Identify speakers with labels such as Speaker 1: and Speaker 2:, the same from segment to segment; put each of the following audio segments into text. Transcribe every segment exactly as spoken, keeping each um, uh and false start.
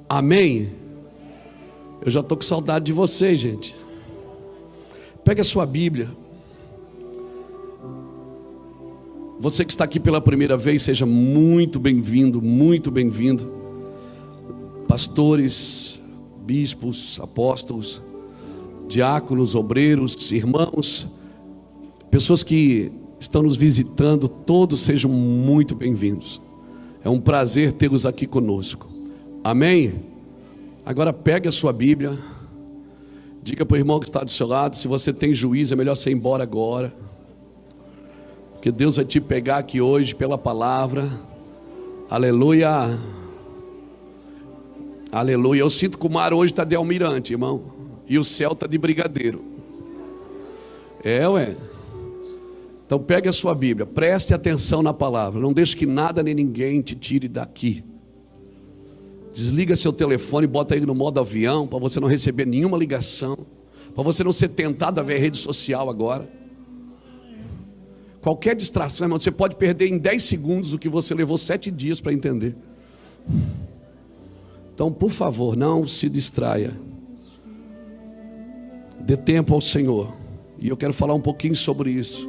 Speaker 1: Amém? Eu já estou com saudade de vocês, gente. Pega a sua Bíblia. Você que está aqui pela primeira vez, seja muito bem-vindo, muito bem-vindo. Pastores, bispos, apóstolos, diáconos, obreiros, irmãos, pessoas que estão nos visitando, todos sejam muito bem-vindos. É um prazer tê-los aqui conosco. Amém? Agora pegue a sua Bíblia. Diga para o irmão que está do seu lado, se você tem juízo, é melhor você ir embora agora. Porque Deus vai te pegar aqui hoje pela palavra. Aleluia. Aleluia. Eu sinto que o mar hoje está de almirante, irmão. E o céu está de brigadeiro. É, ué. Então pegue a sua Bíblia, preste atenção na palavra. Não deixe que nada nem ninguém te tire daqui. Desliga seu telefone, bota ele no modo avião, para você não receber nenhuma ligação, para você não ser tentado a ver rede social agora. Qualquer distração, irmão, você pode perder em dez segundos o que você levou sete dias para entender. Então, por favor, não se distraia. Dê tempo ao Senhor. E eu quero falar um pouquinho sobre isso.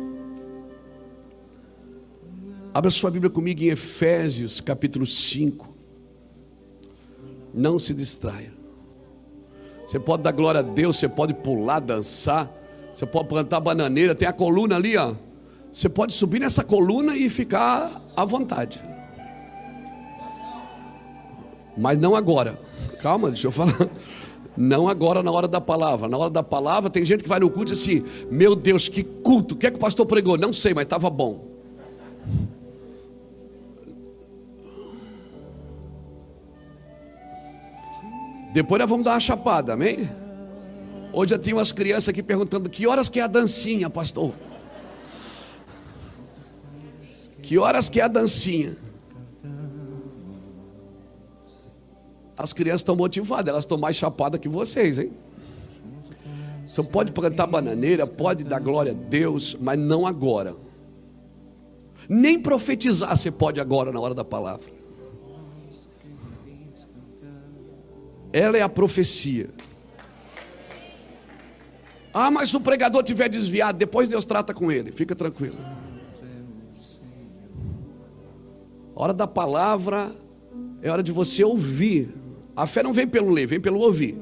Speaker 1: Abra sua Bíblia comigo em Efésios capítulo cinco. Não se distraia. Você pode dar glória a Deus, você pode pular, dançar, você pode plantar bananeira, tem a coluna ali, ó. Você pode subir nessa coluna e ficar à vontade. Mas não agora. Calma, deixa eu falar. Não agora na hora da palavra. Na hora da palavra tem gente que vai no culto e diz assim: meu Deus, que culto, o que é que o pastor pregou? Não sei, mas estava bom. Depois nós vamos dar uma chapada, amém? Hoje já tinha umas crianças aqui perguntando: que horas que é a dancinha, pastor? Que horas que é a dancinha? As crianças estão motivadas, elas estão mais chapadas que vocês, hein? Você pode plantar bananeira, pode dar glória a Deus, mas não agora. Nem profetizar você pode agora na hora da palavra. Ela é a profecia. Ah, mas se o pregador estiver desviado, depois Deus trata com ele. Fica tranquilo. A hora da palavra é hora de você ouvir. A fé não vem pelo ler, vem pelo ouvir.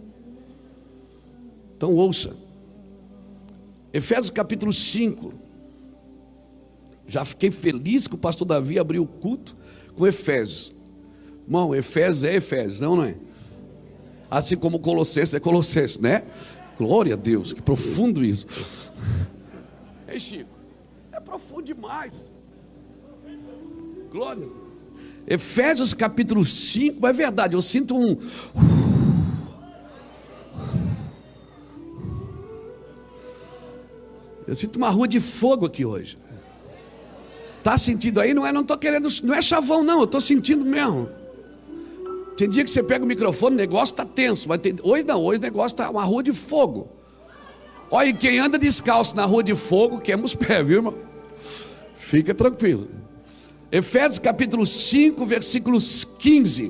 Speaker 1: Então ouça. Efésios capítulo cinco. Já fiquei feliz que o pastor Davi abriu o culto com Efésios. Irmão, Efésios é Efésios, não, não é? Assim como Colossenses é Colossenses, né? Glória a Deus, que profundo isso. Ei, Chico, é profundo demais. Glória a Deus. Efésios capítulo cinco, é verdade, eu sinto um... Eu sinto uma rua de fogo aqui hoje. Tá sentindo aí? Não é, não estou querendo, não é chavão não, eu estou sentindo mesmo. Tem dia que você pega o microfone, o negócio está tenso, mas tem... hoje não, hoje o negócio está uma rua de fogo. Olha, quem anda descalço na rua de fogo, queima os pés, viu, irmão? Fica tranquilo. Efésios capítulo cinco, versículos quinze.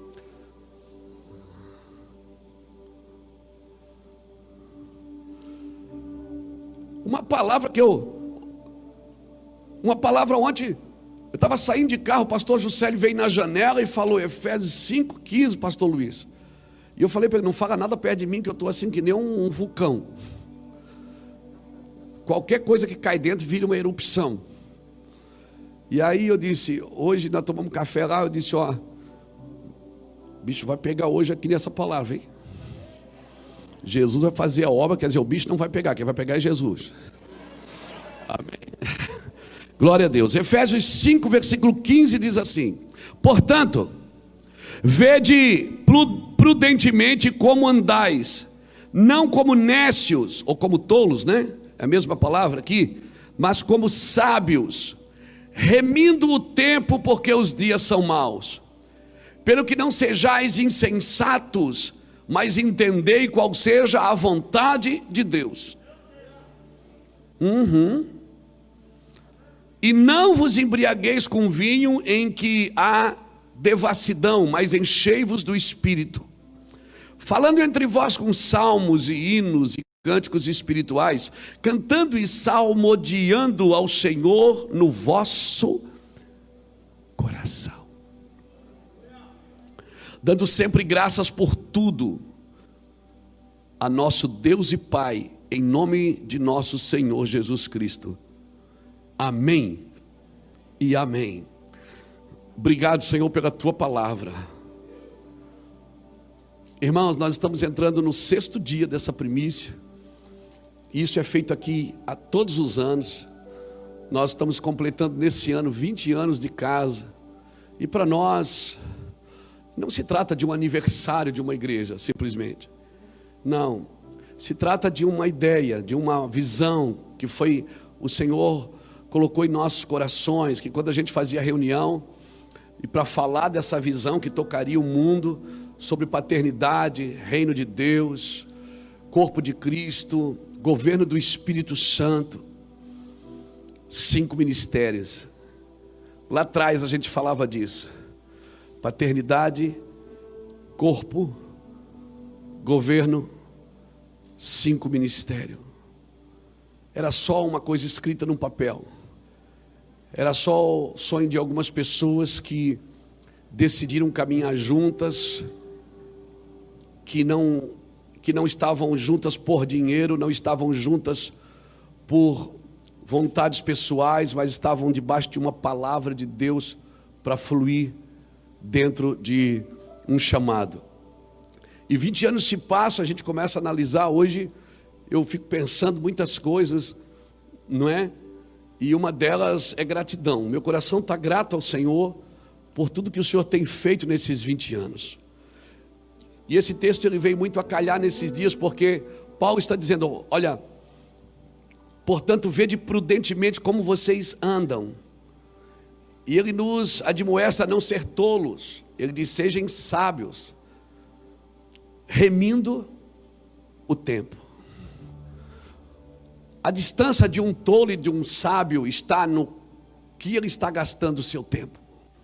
Speaker 1: Uma palavra que eu... Uma palavra ontem... Eu estava saindo de carro, o pastor Juscelio veio na janela e falou Efésios cinco, quinze, pastor Luiz. E eu falei para ele: não fala nada perto de mim, que eu estou assim que nem um, um vulcão. Qualquer coisa que cai dentro vira uma erupção. E aí eu disse, hoje nós tomamos café lá, eu disse: ó, o bicho vai pegar hoje aqui nessa palavra, hein? Jesus vai fazer a obra, quer dizer, o bicho não vai pegar, quem vai pegar é Jesus. Amém. Glória a Deus. Efésios cinco, versículo quinze diz assim: portanto, vede prudentemente como andais, não como nécios, ou como tolos, né? É a mesma palavra aqui, mas como sábios, remindo o tempo, porque os dias são maus. Pelo que não sejais insensatos, mas entendei qual seja a vontade de Deus. Uhum. E não vos embriagueis com vinho em que há devassidão, mas enchei-vos do Espírito, falando entre vós com salmos e hinos e cânticos espirituais, cantando e salmodiando ao Senhor no vosso coração, dando sempre graças por tudo a nosso Deus e Pai, em nome de nosso Senhor Jesus Cristo. Amém e amém. Obrigado, Senhor, pela tua palavra. Irmãos, nós estamos entrando no sexto dia dessa primícia. Isso é feito aqui a todos os anos. Nós estamos completando nesse ano vinte anos de casa. E para nós, não se trata de um aniversário de uma igreja, simplesmente. Não. Se trata de uma ideia, de uma visão que foi o Senhor colocou em nossos corações, que quando a gente fazia reunião, e para falar dessa visão que tocaria o mundo, sobre paternidade, reino de Deus, corpo de Cristo, governo do Espírito Santo, cinco ministérios. Lá atrás a gente falava disso: paternidade, corpo, governo, cinco ministérios. Era só uma coisa escrita num papel. Era só o sonho de algumas pessoas que decidiram caminhar juntas, que não, que não estavam juntas por dinheiro, não estavam juntas por vontades pessoais, mas estavam debaixo de uma palavra de Deus para fluir dentro de um chamado. E vinte anos se passam, a gente começa a analisar. Hoje eu fico pensando muitas coisas, não é? E uma delas é gratidão. Meu coração está grato ao Senhor por tudo que o Senhor tem feito nesses vinte anos. E esse texto ele veio muito a calhar nesses dias, porque Paulo está dizendo: olha, portanto, vede prudentemente como vocês andam. E ele nos admoesta a não ser tolos. Ele diz: sejam sábios, remindo o tempo. A distância de um tolo e de um sábio está no que ele está gastando o seu tempo.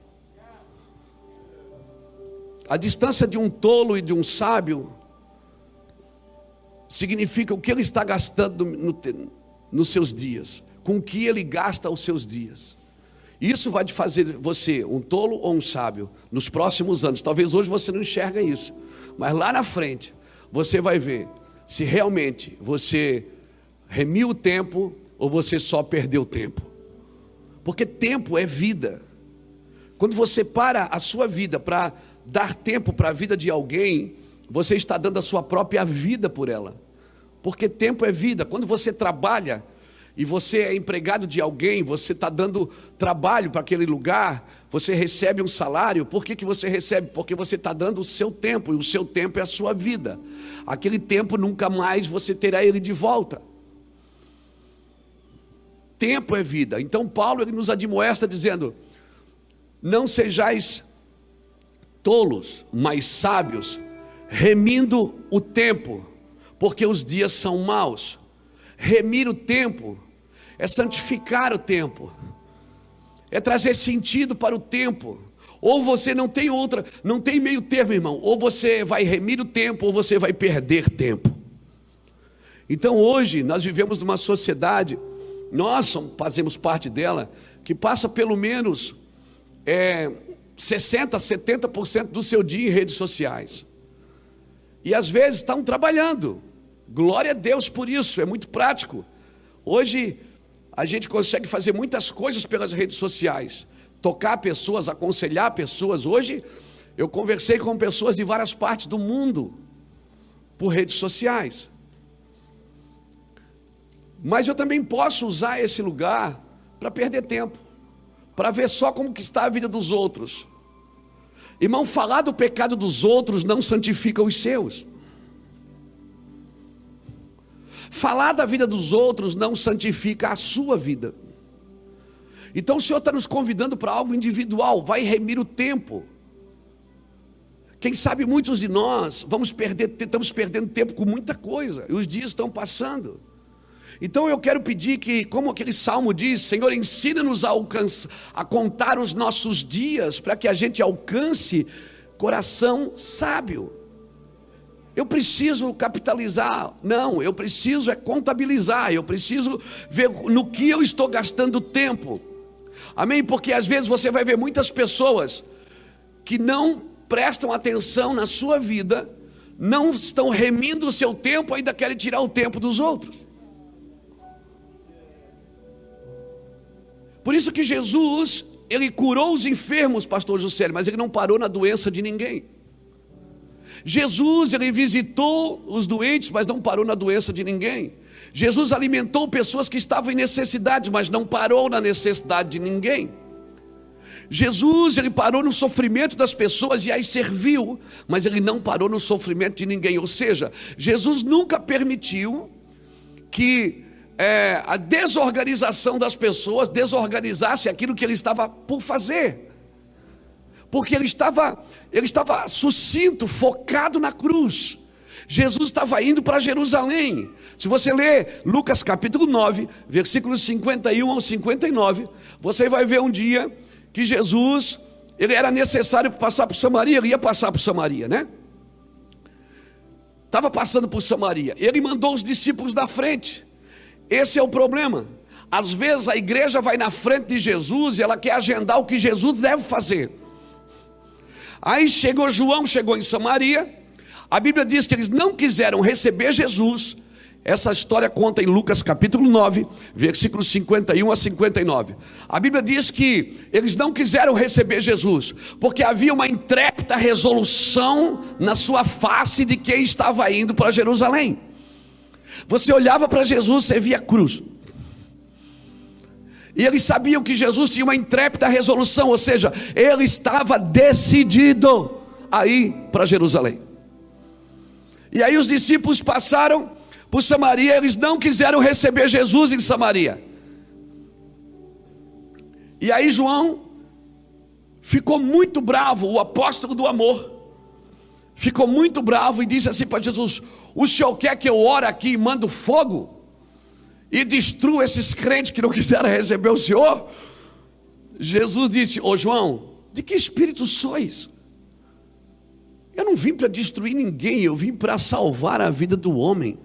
Speaker 1: A distância de um tolo e de um sábio significa o que ele está gastando no, no, nos seus dias, com o que ele gasta os seus dias. Isso vai te fazer você um tolo ou um sábio nos próximos anos. Talvez hoje você não enxerga isso, mas lá na frente você vai ver se realmente você remiu o tempo ou você só perdeu tempo. Porque tempo é vida. Quando você para a sua vida para dar tempo para a vida de alguém, você está dando a sua própria vida por ela. Porque tempo é vida. Quando você trabalha e você é empregado de alguém, você está dando trabalho para aquele lugar, você recebe um salário. Por que que você recebe? Porque você está dando o seu tempo, e o seu tempo é a sua vida. Aquele tempo nunca mais você terá ele de volta. Tempo é vida. Então Paulo ele nos admoesta dizendo: não sejais tolos, mas sábios, remindo o tempo, porque os dias são maus. Remir o tempo é santificar o tempo, é trazer sentido para o tempo. Ou você não tem outra, não tem meio termo, irmão. Ou você vai remir o tempo, ou você vai perder tempo. Então hoje nós vivemos numa sociedade, nós fazemos parte dela, que passa pelo menos é, sessenta, setenta por cento do seu dia em redes sociais. E às vezes estão trabalhando. Glória a Deus por isso, é muito prático. Hoje a gente consegue fazer muitas coisas pelas redes sociais. Tocar pessoas, aconselhar pessoas. Hoje eu conversei com pessoas de várias partes do mundo por redes sociais. Mas eu também posso usar esse lugar para perder tempo, para ver só como que está a vida dos outros. Irmão, falar do pecado dos outros não santifica os seus. Falar da vida dos outros não santifica a sua vida. Então o Senhor está nos convidando para algo individual. Vai remir o tempo. Quem sabe muitos de nós vamos perder, estamos perdendo tempo com muita coisa, e os dias estão passando. Então eu quero pedir que, como aquele salmo diz, Senhor, ensina-nos a, alcançar, a contar os nossos dias, para que a gente alcance coração sábio. Eu preciso capitalizar, não, eu preciso é contabilizar, eu preciso ver no que eu estou gastando tempo, amém? Porque às vezes você vai ver muitas pessoas que não prestam atenção na sua vida, não estão remindo o seu tempo, ainda querem tirar o tempo dos outros. Por isso que Jesus, ele curou os enfermos, pastor Juscelio, mas ele não parou na doença de ninguém. Jesus, ele visitou os doentes, mas não parou na doença de ninguém. Jesus alimentou pessoas que estavam em necessidade, mas não parou na necessidade de ninguém. Jesus, ele parou no sofrimento das pessoas e as serviu, mas ele não parou no sofrimento de ninguém. Ou seja, Jesus nunca permitiu que É, a desorganização das pessoas desorganizasse aquilo que ele estava por fazer, porque ele estava, ele estava sucinto, focado na cruz. Jesus estava indo para Jerusalém. Se você ler Lucas capítulo nove, versículos cinquenta e um ao cinquenta e nove, você vai ver um dia que Jesus, ele era necessário passar por Samaria, ele ia passar por Samaria, né? Estava passando por Samaria, ele mandou os discípulos na frente. Esse é o problema. Às vezes a igreja vai na frente de Jesus e ela quer agendar o que Jesus deve fazer. Aí chegou João, chegou em Samaria. A Bíblia diz que eles não quiseram receber Jesus. Essa história conta em Lucas capítulo nove, versículos cinquenta e um a cinquenta e nove. A Bíblia diz que eles não quiseram receber Jesus, porque havia uma intrépida resolução na sua face de quem estava indo para Jerusalém. Você olhava para Jesus, você via a cruz. E eles sabiam que Jesus tinha uma intrépida resolução, ou seja, ele estava decidido a ir para Jerusalém. E aí os discípulos passaram por Samaria, eles não quiseram receber Jesus em Samaria. E aí João ficou muito bravo, o apóstolo do amor, ficou muito bravo e disse assim para Jesus: o senhor quer que eu ore aqui e mando fogo e destrua esses crentes que não quiseram receber o senhor? Jesus disse: ô João, de que espírito sois? Eu não vim para destruir ninguém, eu vim para salvar a vida do homem.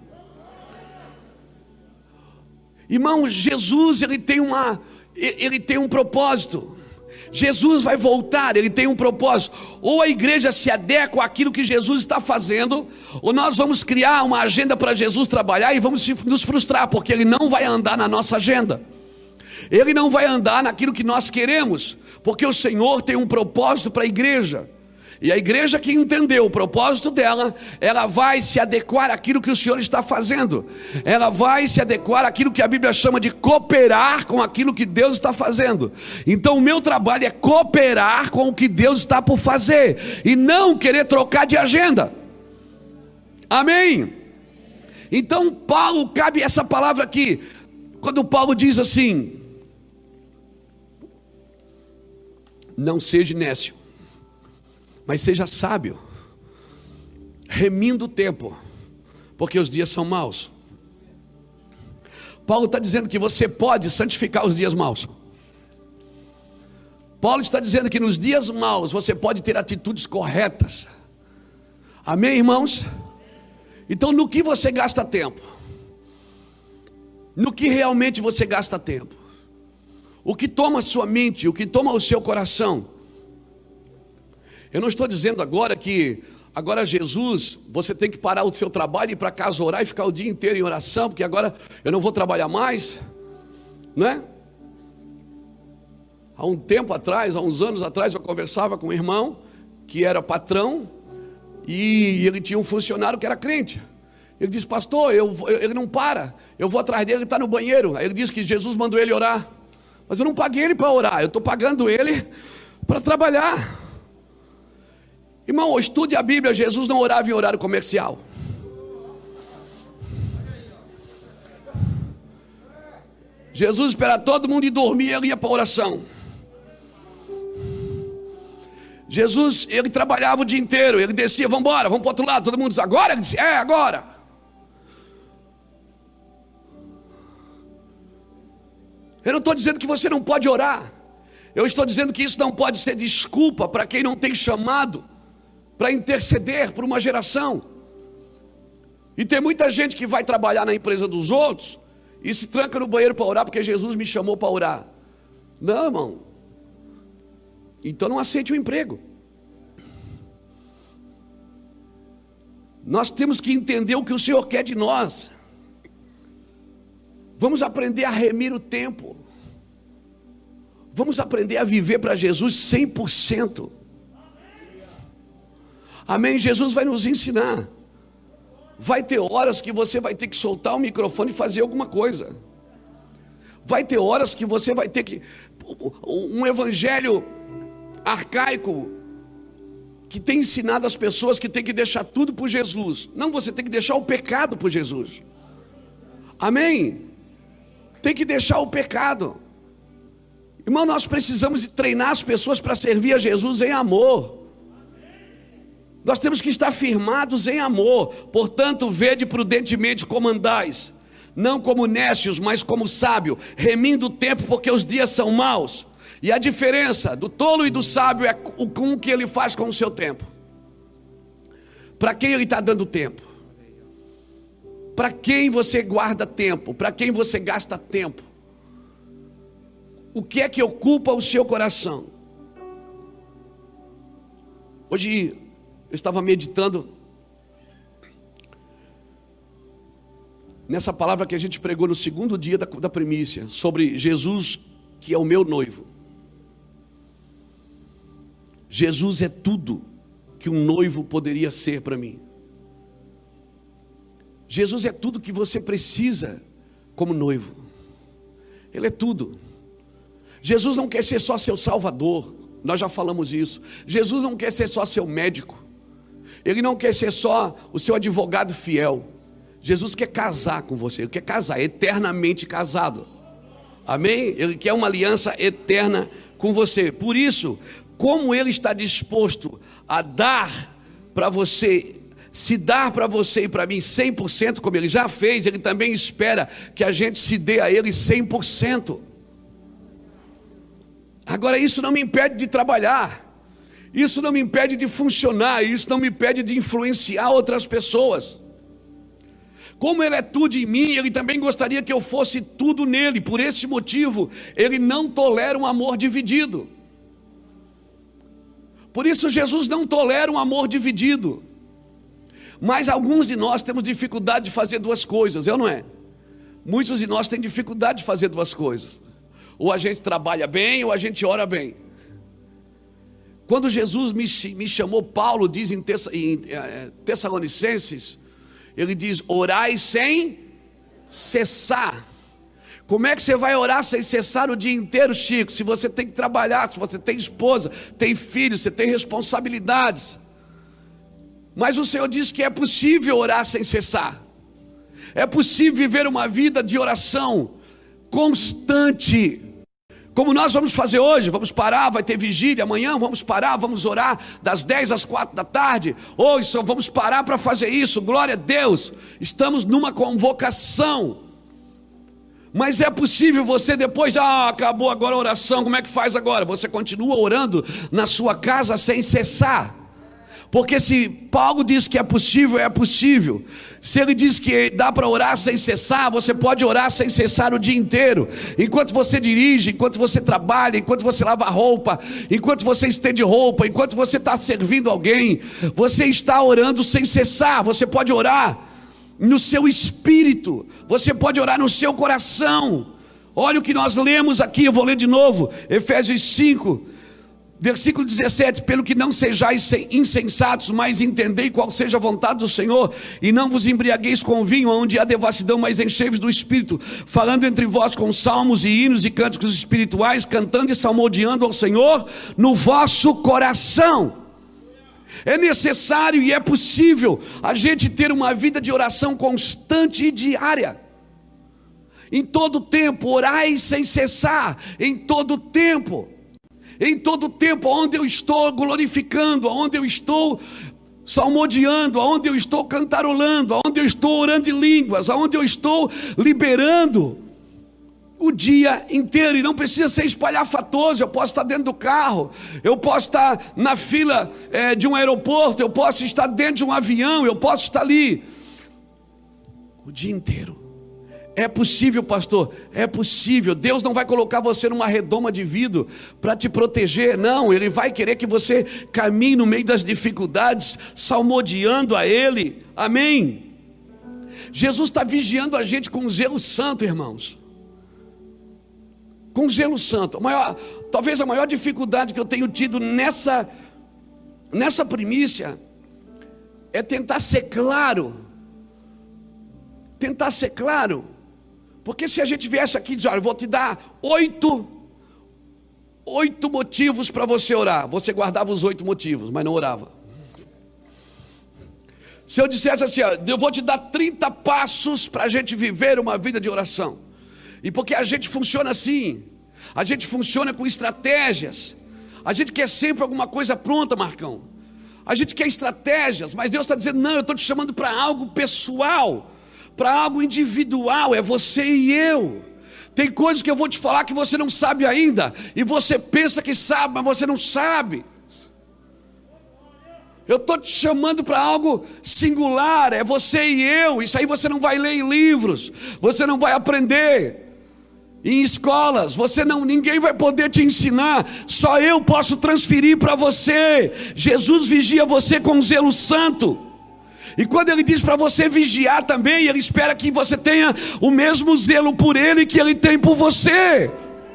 Speaker 1: Irmão, Jesus, ele tem uma, ele tem um propósito. Jesus vai voltar, ele tem um propósito. Ou a igreja se adequa àquilo que Jesus está fazendo, ou nós vamos criar uma agenda para Jesus trabalhar e vamos nos frustrar, porque ele não vai andar na nossa agenda. Ele não vai andar naquilo que nós queremos, porque o Senhor tem um propósito para a igreja. E a igreja que entendeu o propósito dela, ela vai se adequar àquilo que o Senhor está fazendo. Ela vai se adequar àquilo que a Bíblia chama de cooperar com aquilo que Deus está fazendo. Então o meu trabalho é cooperar com o que Deus está por fazer, e não querer trocar de agenda. Amém? Então Paulo, cabe essa palavra aqui, quando Paulo diz assim: não seja nécio, mas seja sábio, remindo o tempo, porque os dias são maus. Paulo está dizendo que você pode santificar os dias maus. Paulo está dizendo que nos dias maus você pode ter atitudes corretas. Amém, irmãos? Então, no que você gasta tempo? No que realmente você gasta tempo? O que toma a sua mente, o que toma o seu coração? Eu não estou dizendo agora que agora Jesus, você tem que parar o seu trabalho e ir para casa orar e ficar o dia inteiro em oração, porque agora eu não vou trabalhar mais, né? Há um tempo atrás, há uns anos atrás, eu conversava com um irmão que era patrão e ele tinha um funcionário que era crente. Ele disse: pastor, eu, ele não para, eu vou atrás dele, ele está no banheiro. Aí ele disse que Jesus mandou ele orar, mas eu não paguei ele para orar, eu estou pagando ele para trabalhar. Irmão, estude a Bíblia. Jesus não orava em horário comercial. Jesus esperava todo mundo ir dormir e ele ia para a oração. Jesus, ele trabalhava o dia inteiro. Ele descia: vamos embora, vamos para o outro lado. Todo mundo diz: agora? Ele disse: é, agora. Eu não estou dizendo que você não pode orar. Eu estou dizendo que isso não pode ser desculpa para quem não tem chamado para interceder por uma geração. E tem muita gente que vai trabalhar na empresa dos outros e se tranca no banheiro para orar porque Jesus me chamou para orar. Não, irmão. Então não aceite o emprego. Nós temos que entender o que o Senhor quer de nós. Vamos aprender a remir o tempo. Vamos aprender a viver para Jesus cem por cento. Amém? Jesus vai nos ensinar. Vai ter horas que você vai ter que soltar o microfone e fazer alguma coisa. Vai ter horas que você vai ter que... Um evangelho arcaico que tem ensinado as pessoas que tem que deixar tudo por Jesus. Não, você tem que deixar o pecado por Jesus. Amém? Tem que deixar o pecado. Irmão, nós precisamos treinar as pessoas para servir a Jesus em amor. Nós temos que estar firmados em amor. Portanto, vede prudentemente como andais, não como nécios, mas como sábio, remindo o tempo, porque os dias são maus. E a diferença do tolo e do sábio é o com que ele faz com o seu tempo. Para quem ele está dando tempo? Para quem você guarda tempo? Para quem você gasta tempo? O que é que ocupa o seu coração? Hoje eu estava meditando nessa palavra que a gente pregou no segundo dia da, da primícia, sobre Jesus, que é o meu noivo. Jesus é tudo que um noivo poderia ser para mim. Jesus é tudo que você precisa como noivo. Ele é tudo. Jesus não quer ser só seu salvador, nós já falamos isso. Jesus não quer ser só seu médico. Ele não quer ser só o seu advogado fiel. Jesus quer casar com você, ele quer casar, eternamente casado. Amém? Ele quer uma aliança eterna com você. Por isso, como ele está disposto a dar para você, se dar para você e para mim cem por cento, como ele já fez, ele também espera que a gente se dê a ele cem por cento. Agora, isso não me impede de trabalhar, isso não me impede de funcionar, isso não me impede de influenciar outras pessoas. Como ele é tudo em mim, ele também gostaria que eu fosse tudo nele. Por esse motivo, ele não tolera um amor dividido. Por isso Jesus não tolera um amor dividido. Mas alguns de nós temos dificuldade de fazer duas coisas, eu não é? Muitos de nós têm dificuldade de fazer duas coisas. Ou a gente trabalha bem, ou a gente ora bem. Quando Jesus me, me chamou, Paulo diz em, Tessa, em é, Tessalonicenses, ele diz, orai sem cessar. Como é que você vai orar sem cessar o dia inteiro, Chico? Se você tem que trabalhar, se você tem esposa, tem filhos, você tem responsabilidades. Mas o Senhor diz que é possível orar sem cessar. É possível viver uma vida de oração constante, como nós vamos fazer hoje. Vamos parar, vai ter vigília amanhã, vamos parar, vamos orar das dez às quatro da tarde, hoje só vamos parar para fazer isso, glória a Deus, estamos numa convocação. Mas é possível você depois, ah, acabou agora a oração, como é que faz agora? Você continua orando na sua casa sem cessar. Porque se Paulo diz que é possível, é possível. Se ele diz que dá para orar sem cessar, você pode orar sem cessar o dia inteiro. Enquanto você dirige, enquanto você trabalha, enquanto você lava roupa, enquanto você estende roupa, enquanto você está servindo alguém, você está orando sem cessar. Você pode orar no seu espírito, você pode orar no seu coração. Olha o que nós lemos aqui, eu vou ler de novo, Efésios cinco, versículo dezessete, pelo que não sejais insensatos, mas entendei qual seja a vontade do Senhor, e não vos embriagueis com vinho, onde há devassidão, mas enchei-vos do Espírito, falando entre vós com salmos e hinos e cânticos espirituais, cantando e salmodiando ao Senhor no vosso coração. É necessário e é possível a gente ter uma vida de oração constante e diária. Em todo tempo, orai sem cessar, em todo tempo. Em todo tempo, onde eu estou glorificando, onde eu estou salmodiando, onde eu estou cantarolando, onde eu estou orando em línguas, onde eu estou liberando o dia inteiro, e não precisa ser espalhafatoso. Eu posso estar dentro do carro, eu posso estar na fila é, de um aeroporto, eu posso estar dentro de um avião, eu posso estar ali o dia inteiro. É possível, pastor? É possível. Deus não vai colocar você numa redoma de vidro para te proteger, não. Ele vai querer que você caminhe no meio das dificuldades, salmodiando a Ele. Amém? Jesus está vigiando a gente com zelo santo, irmãos. Com zelo santo. A maior, talvez a maior dificuldade que eu tenho tido nessa, nessa primícia é tentar ser claro. Tentar ser claro. Porque se a gente viesse aqui e dizer, olha, eu vou te dar oito, oito motivos para você orar. Você guardava os oito motivos, mas não orava. Se eu dissesse assim, ó, eu vou te dar trinta passos para a gente viver uma vida de oração. E porque a gente funciona assim, a gente funciona com estratégias, a gente quer sempre alguma coisa pronta, Marcão. A gente quer estratégias, mas Deus está dizendo, não, eu estou te chamando para algo pessoal, para algo individual, é você e eu. Tem coisas que eu vou te falar que você não sabe ainda, e você pensa que sabe, mas você não sabe. Eu estou te chamando para algo singular, é você e eu. Isso aí você não vai ler em livros, você não vai aprender em escolas, você não, ninguém vai poder te ensinar, só eu posso transferir para você. Jesus vigia você com zelo santo, e quando Ele diz para você vigiar também, Ele espera que você tenha o mesmo zelo por Ele que Ele tem por você.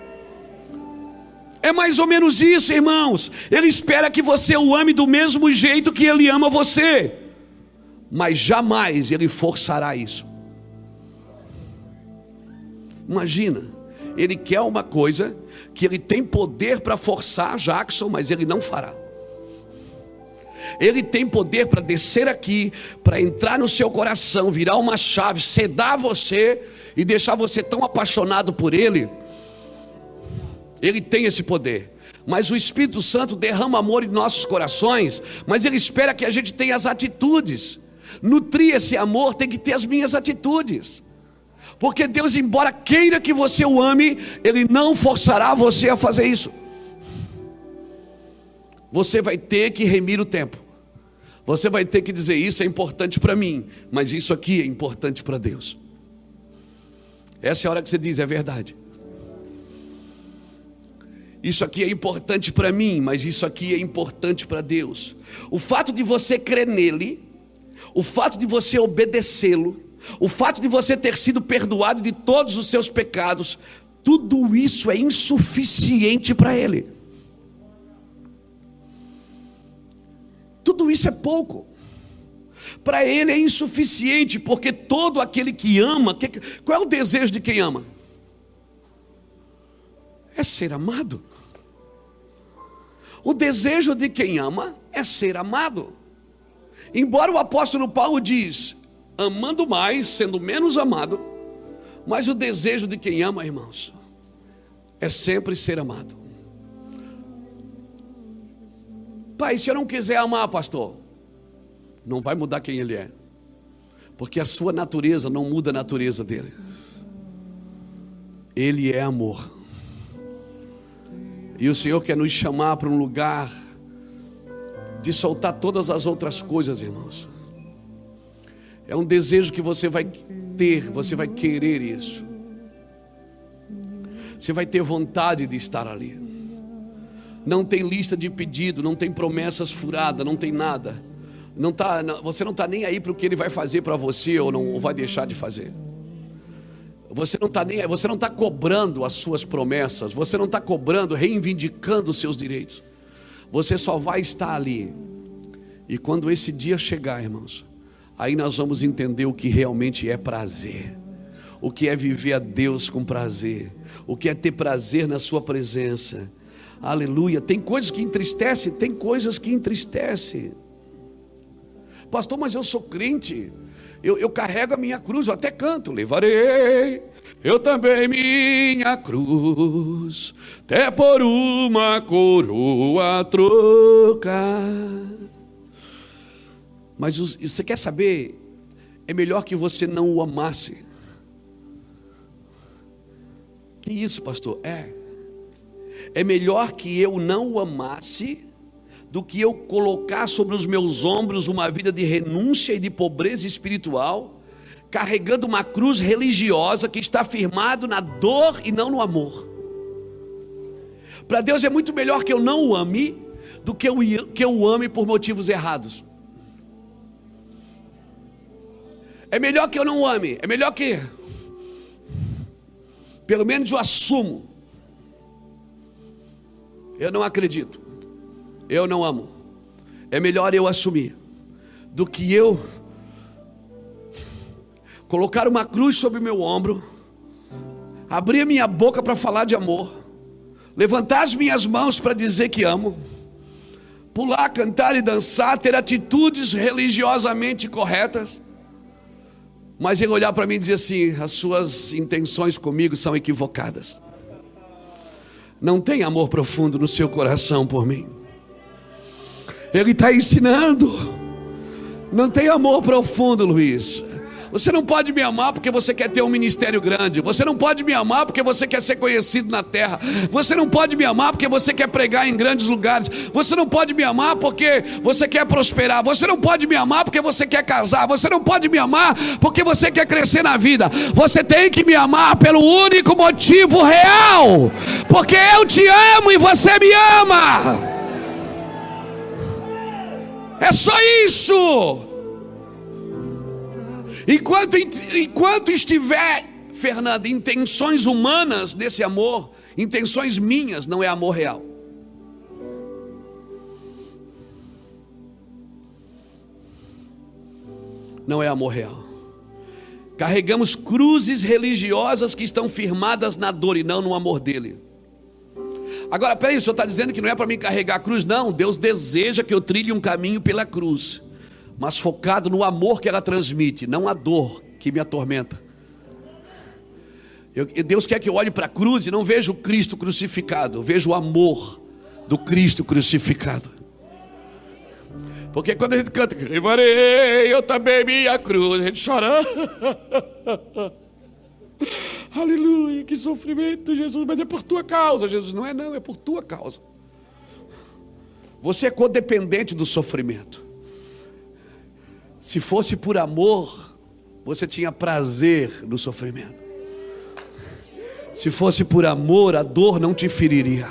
Speaker 1: É mais ou menos isso, irmãos. Ele espera que você o ame do mesmo jeito que Ele ama você, mas jamais Ele forçará isso. Imagina, Ele quer uma coisa que Ele tem poder para forçar, Jackson, mas Ele não fará. Ele tem poder para descer aqui, para entrar no seu coração, virar uma chave, sedar você e deixar você tão apaixonado por Ele. Ele tem esse poder, mas o Espírito Santo derrama amor em nossos corações, mas Ele espera que a gente tenha as atitudes. Nutrir esse amor tem que ter as minhas atitudes, porque Deus, embora queira que você o ame, Ele não forçará você a fazer isso. Você vai ter que remir o tempo, você vai ter que dizer, isso é importante para mim, mas isso aqui é importante para Deus. Essa é a hora que você diz, é verdade. Isso aqui é importante para mim, mas isso aqui é importante para Deus. O fato de você crer nele, o fato de você obedecê-lo, o fato de você ter sido perdoado de todos os seus pecados, tudo isso é insuficiente para Ele. Tudo isso é pouco. Para Ele é insuficiente, porque todo aquele que ama, que, qual é o desejo de quem ama? É ser amado. O desejo de quem ama é ser amado. Embora o apóstolo Paulo diz, amando mais, sendo menos amado, mas o desejo de quem ama, irmãos, é sempre ser amado. Pai, se eu não quiser amar, pastor, não vai mudar quem ele é, porque a sua natureza não muda a natureza dele. Ele é amor. E o Senhor quer nos chamar para um lugar de soltar todas as outras coisas, irmãos. É um desejo que você vai ter, você vai querer isso. Você vai ter vontade de estar ali. Não tem lista de pedido, não tem promessas furadas, não tem nada. Não tá, você não está nem aí para o que Ele vai fazer para você ou não ou vai deixar de fazer. Você não está nem, você não está cobrando as suas promessas, você não está cobrando, reivindicando os seus direitos. Você só vai estar ali. E quando esse dia chegar, irmãos, aí nós vamos entender o que realmente é prazer, o que é viver a Deus com prazer, o que é ter prazer na sua presença. Aleluia. Tem coisas que entristecem, tem coisas que entristecem. Pastor, mas eu sou crente. Eu, eu carrego a minha cruz, eu até canto. Levarei eu também minha cruz, até por uma coroa trocar. Mas você quer saber? É melhor que você não o amasse, Que isso, pastor? É. É melhor que eu não o amasse do que eu colocar sobre os meus ombros uma vida de renúncia e de pobreza espiritual, carregando uma cruz religiosa que está firmado na dor e não no amor. Para Deus é muito melhor que eu não o ame do que eu, que eu o ame por motivos errados. É melhor que eu não o ame, é melhor que pelo menos eu assumo. Eu não acredito, eu não amo. É melhor eu assumir do que eu colocar uma cruz sobre o meu ombro, abrir a minha boca para falar de amor, levantar as minhas mãos para dizer que amo, pular, cantar e dançar, ter atitudes religiosamente corretas, mas ele olhar para mim e dizer assim: as suas intenções comigo são equivocadas. Não tem amor profundo no seu coração por mim. Ele está ensinando. Não tem amor profundo, Luiz. Você não pode me amar porque você quer ter um ministério grande. Você não pode me amar porque você quer ser conhecido na terra. Você não pode me amar porque você quer pregar em grandes lugares. Você não pode me amar porque você quer prosperar. Você não pode me amar porque você quer casar. Você não pode me amar porque você quer crescer na vida. Você tem que me amar pelo único motivo real, porque eu te amo e você me ama. É só isso. Enquanto, enquanto estiver, Fernanda, intenções humanas nesse amor, intenções minhas, não é amor real. Não é amor real. Carregamos cruzes religiosas que estão firmadas na dor e não no amor dele. Agora, peraí, o senhor está dizendo que não é para mim carregar a cruz? Não, Deus deseja que eu trilhe um caminho pela cruz, mas focado no amor que ela transmite, não a dor que me atormenta. Eu, Deus quer que eu olhe para a cruz e não veja o Cristo crucificado, eu vejo o amor do Cristo crucificado. Porque quando a gente canta, levarei eu também minha cruz, a gente chora. Aleluia, que sofrimento, Jesus, mas é por tua causa, Jesus. Não é não, é por tua causa. Você é codependente do sofrimento. Se fosse por amor, você tinha prazer no sofrimento. Se fosse por amor, a dor não te feriria.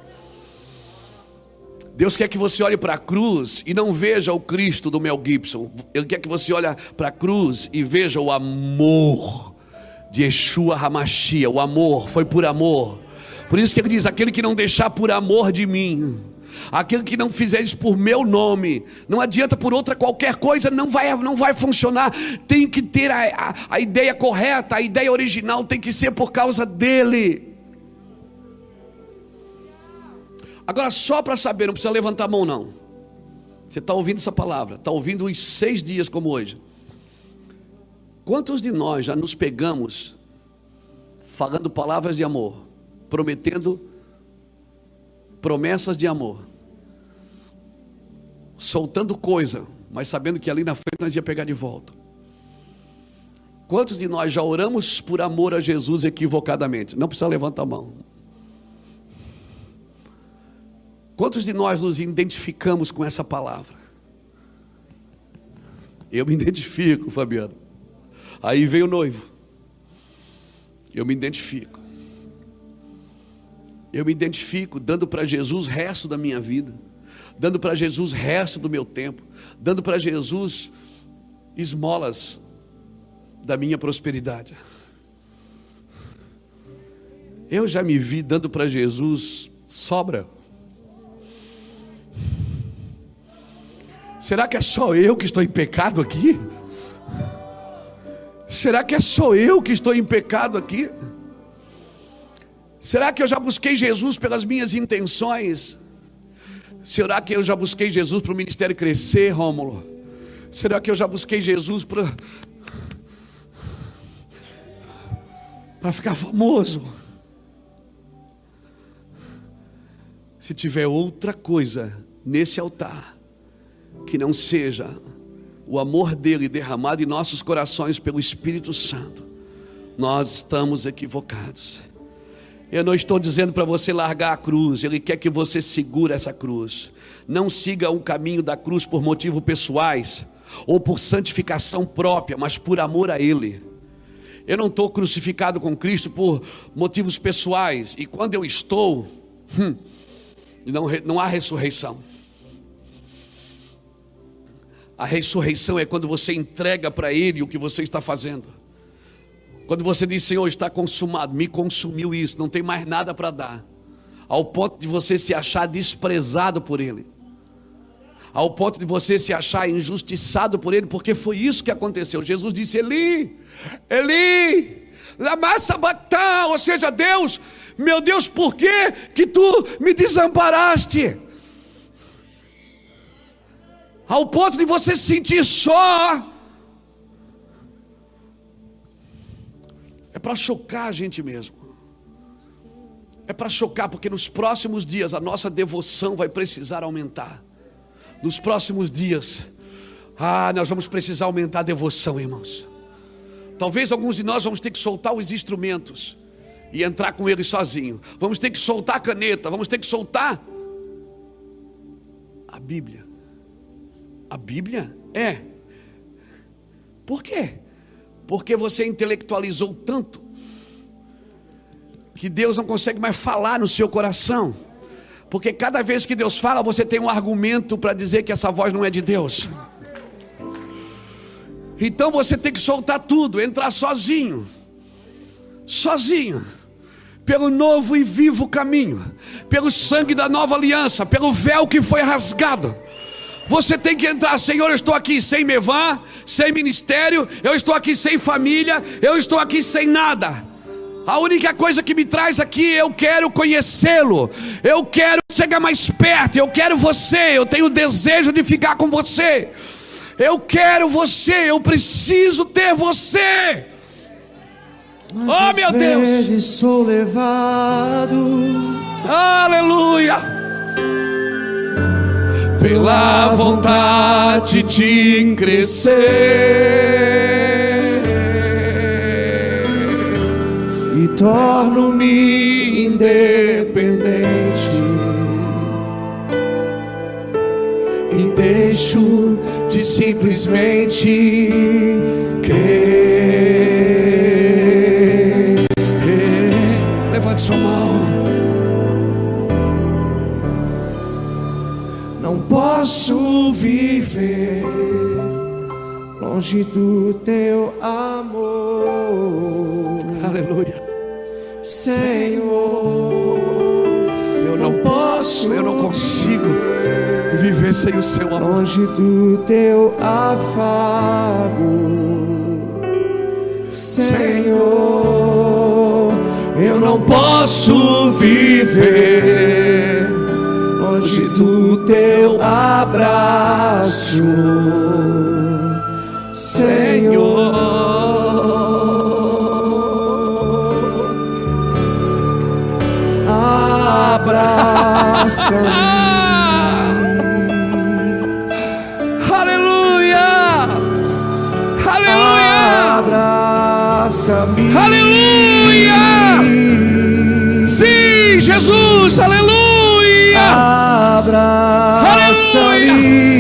Speaker 1: Deus quer que você olhe para a cruz e não veja o Cristo do Mel Gibson. Ele quer que você olhe para a cruz e veja o amor de Yeshua HaMashiach. O amor, foi por amor. Por isso que ele diz: aquele que não deixar por amor de mim, aquele que não fizer isso por meu nome, não adianta por outra qualquer coisa, não vai, não vai funcionar. Tem que ter a, a, a ideia correta, a ideia original tem que ser por causa dele. Agora, só para saber, não precisa levantar a mão não. Você está ouvindo essa palavra, está ouvindo uns seis dias como hoje. Quantos de nós já nos pegamos falando palavras de amor, prometendo promessas de amor, soltando coisa, mas sabendo que ali na frente nós ia pegar de volta? Quantos de nós já oramos por amor a Jesus equivocadamente? Não precisa levantar a mão. Quantos de nós nos identificamos com essa palavra? Eu me identifico, Fabiano. Aí veio o noivo. Eu me identifico. Eu me identifico dando para Jesus o resto da minha vida, dando para Jesus o resto do meu tempo, dando para Jesus esmolas da minha prosperidade. Eu já me vi dando para Jesus sobra. Será que é só eu que estou em pecado aqui? Será que é só eu que estou em pecado aqui? Será que eu já busquei Jesus pelas minhas intenções? Será que eu já busquei Jesus para o ministério crescer, Rômulo? Será que eu já busquei Jesus para para ficar famoso? Se tiver outra coisa nesse altar que não seja o amor dele derramado em nossos corações pelo Espírito Santo, nós estamos equivocados. Eu não estou dizendo para você largar a cruz. Ele quer que você segure essa cruz. Não siga o caminho da cruz por motivos pessoais ou por santificação própria, mas por amor a Ele. Eu não estou crucificado com Cristo por motivos pessoais. E quando eu estou, hum, não, não há ressurreição. A ressurreição é quando você entrega para Ele o que você está fazendo. Quando você diz: Senhor, está consumado, me consumiu isso, não tem mais nada para dar. Ao ponto de você se achar desprezado por Ele. Ao ponto de você se achar injustiçado por Ele, porque foi isso que aconteceu. Jesus disse: Eli, Eli, lama sabachthani, ou seja, Deus, meu Deus, por que que tu me desamparaste? Ao ponto de você se sentir só. É para chocar a gente mesmo. É para chocar, porque nos próximos dias a nossa devoção vai precisar aumentar. Nos próximos dias, ah, nós vamos precisar aumentar a devoção, irmãos. Talvez alguns de nós vamos ter que soltar os instrumentos e entrar com eles sozinho. Vamos ter que soltar a caneta, vamos ter que soltar a Bíblia. A Bíblia? É. Por quê? Porque você intelectualizou tanto que Deus não consegue mais falar no seu coração. Porque cada vez que Deus fala, você tem um argumento para dizer que essa voz não é de Deus. Então você tem que soltar tudo, entrar sozinho. Sozinho. Pelo novo e vivo caminho. Pelo sangue da nova aliança. Pelo véu que foi rasgado. Você tem que entrar: Senhor, eu estou aqui sem Mevan, sem ministério, eu estou aqui sem família, eu estou aqui sem nada. A única coisa que me traz aqui, eu quero conhecê-lo, eu quero chegar mais perto, eu quero você, eu tenho desejo de ficar com você, eu quero você, eu preciso ter você. Mas oh meu Deus, às vezes
Speaker 2: sou levado,
Speaker 1: aleluia, pela vontade de crescer,
Speaker 2: e torno-me independente, e deixo de simplesmente crer.
Speaker 1: Levante sua mão.
Speaker 2: Não posso viver longe do teu amor,
Speaker 1: aleluia,
Speaker 2: Senhor.
Speaker 1: Eu não posso, eu não consigo viver sem o seu amor.
Speaker 2: Longe do teu afago, Senhor. Eu não posso viver longe do teu abraço, Senhor. Abraça-me,
Speaker 1: aleluia, aleluia,
Speaker 2: abraça-me,
Speaker 1: aleluia. Sim, Jesus, aleluia.
Speaker 2: Abraça-me,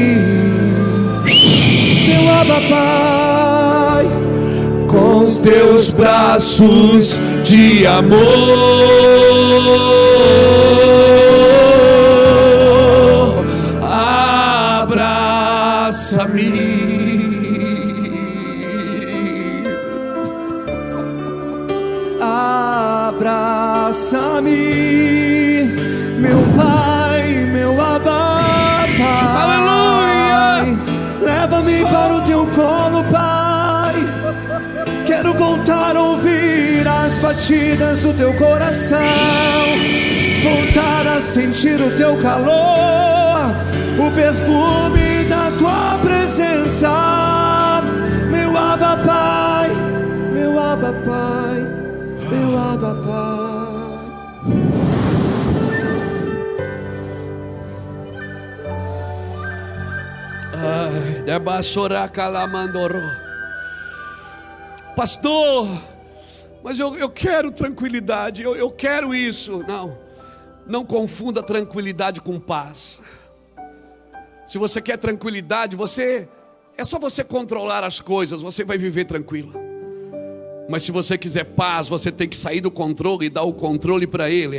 Speaker 2: meu Abba Pai, com os teus braços de amor. Abraça-me, abraça-me, meu Pai, meu Abba Pai.
Speaker 1: Aleluia.
Speaker 2: Leva-me para o teu colo, Pai. Quero voltar a ouvir as batidas do teu coração, voltar a sentir o teu calor, o perfume da tua presença, meu Abba Pai, meu Abba Pai, meu Abba Pai.
Speaker 1: Ai, debassorá calamandorô. Pastor, Mas eu, eu quero tranquilidade, eu, eu quero isso. Não, não confunda tranquilidade com paz. Se você quer tranquilidade, você é só você controlar as coisas, você vai viver tranquilo. Mas se você quiser paz, você tem que sair do controle e dar o controle para Ele.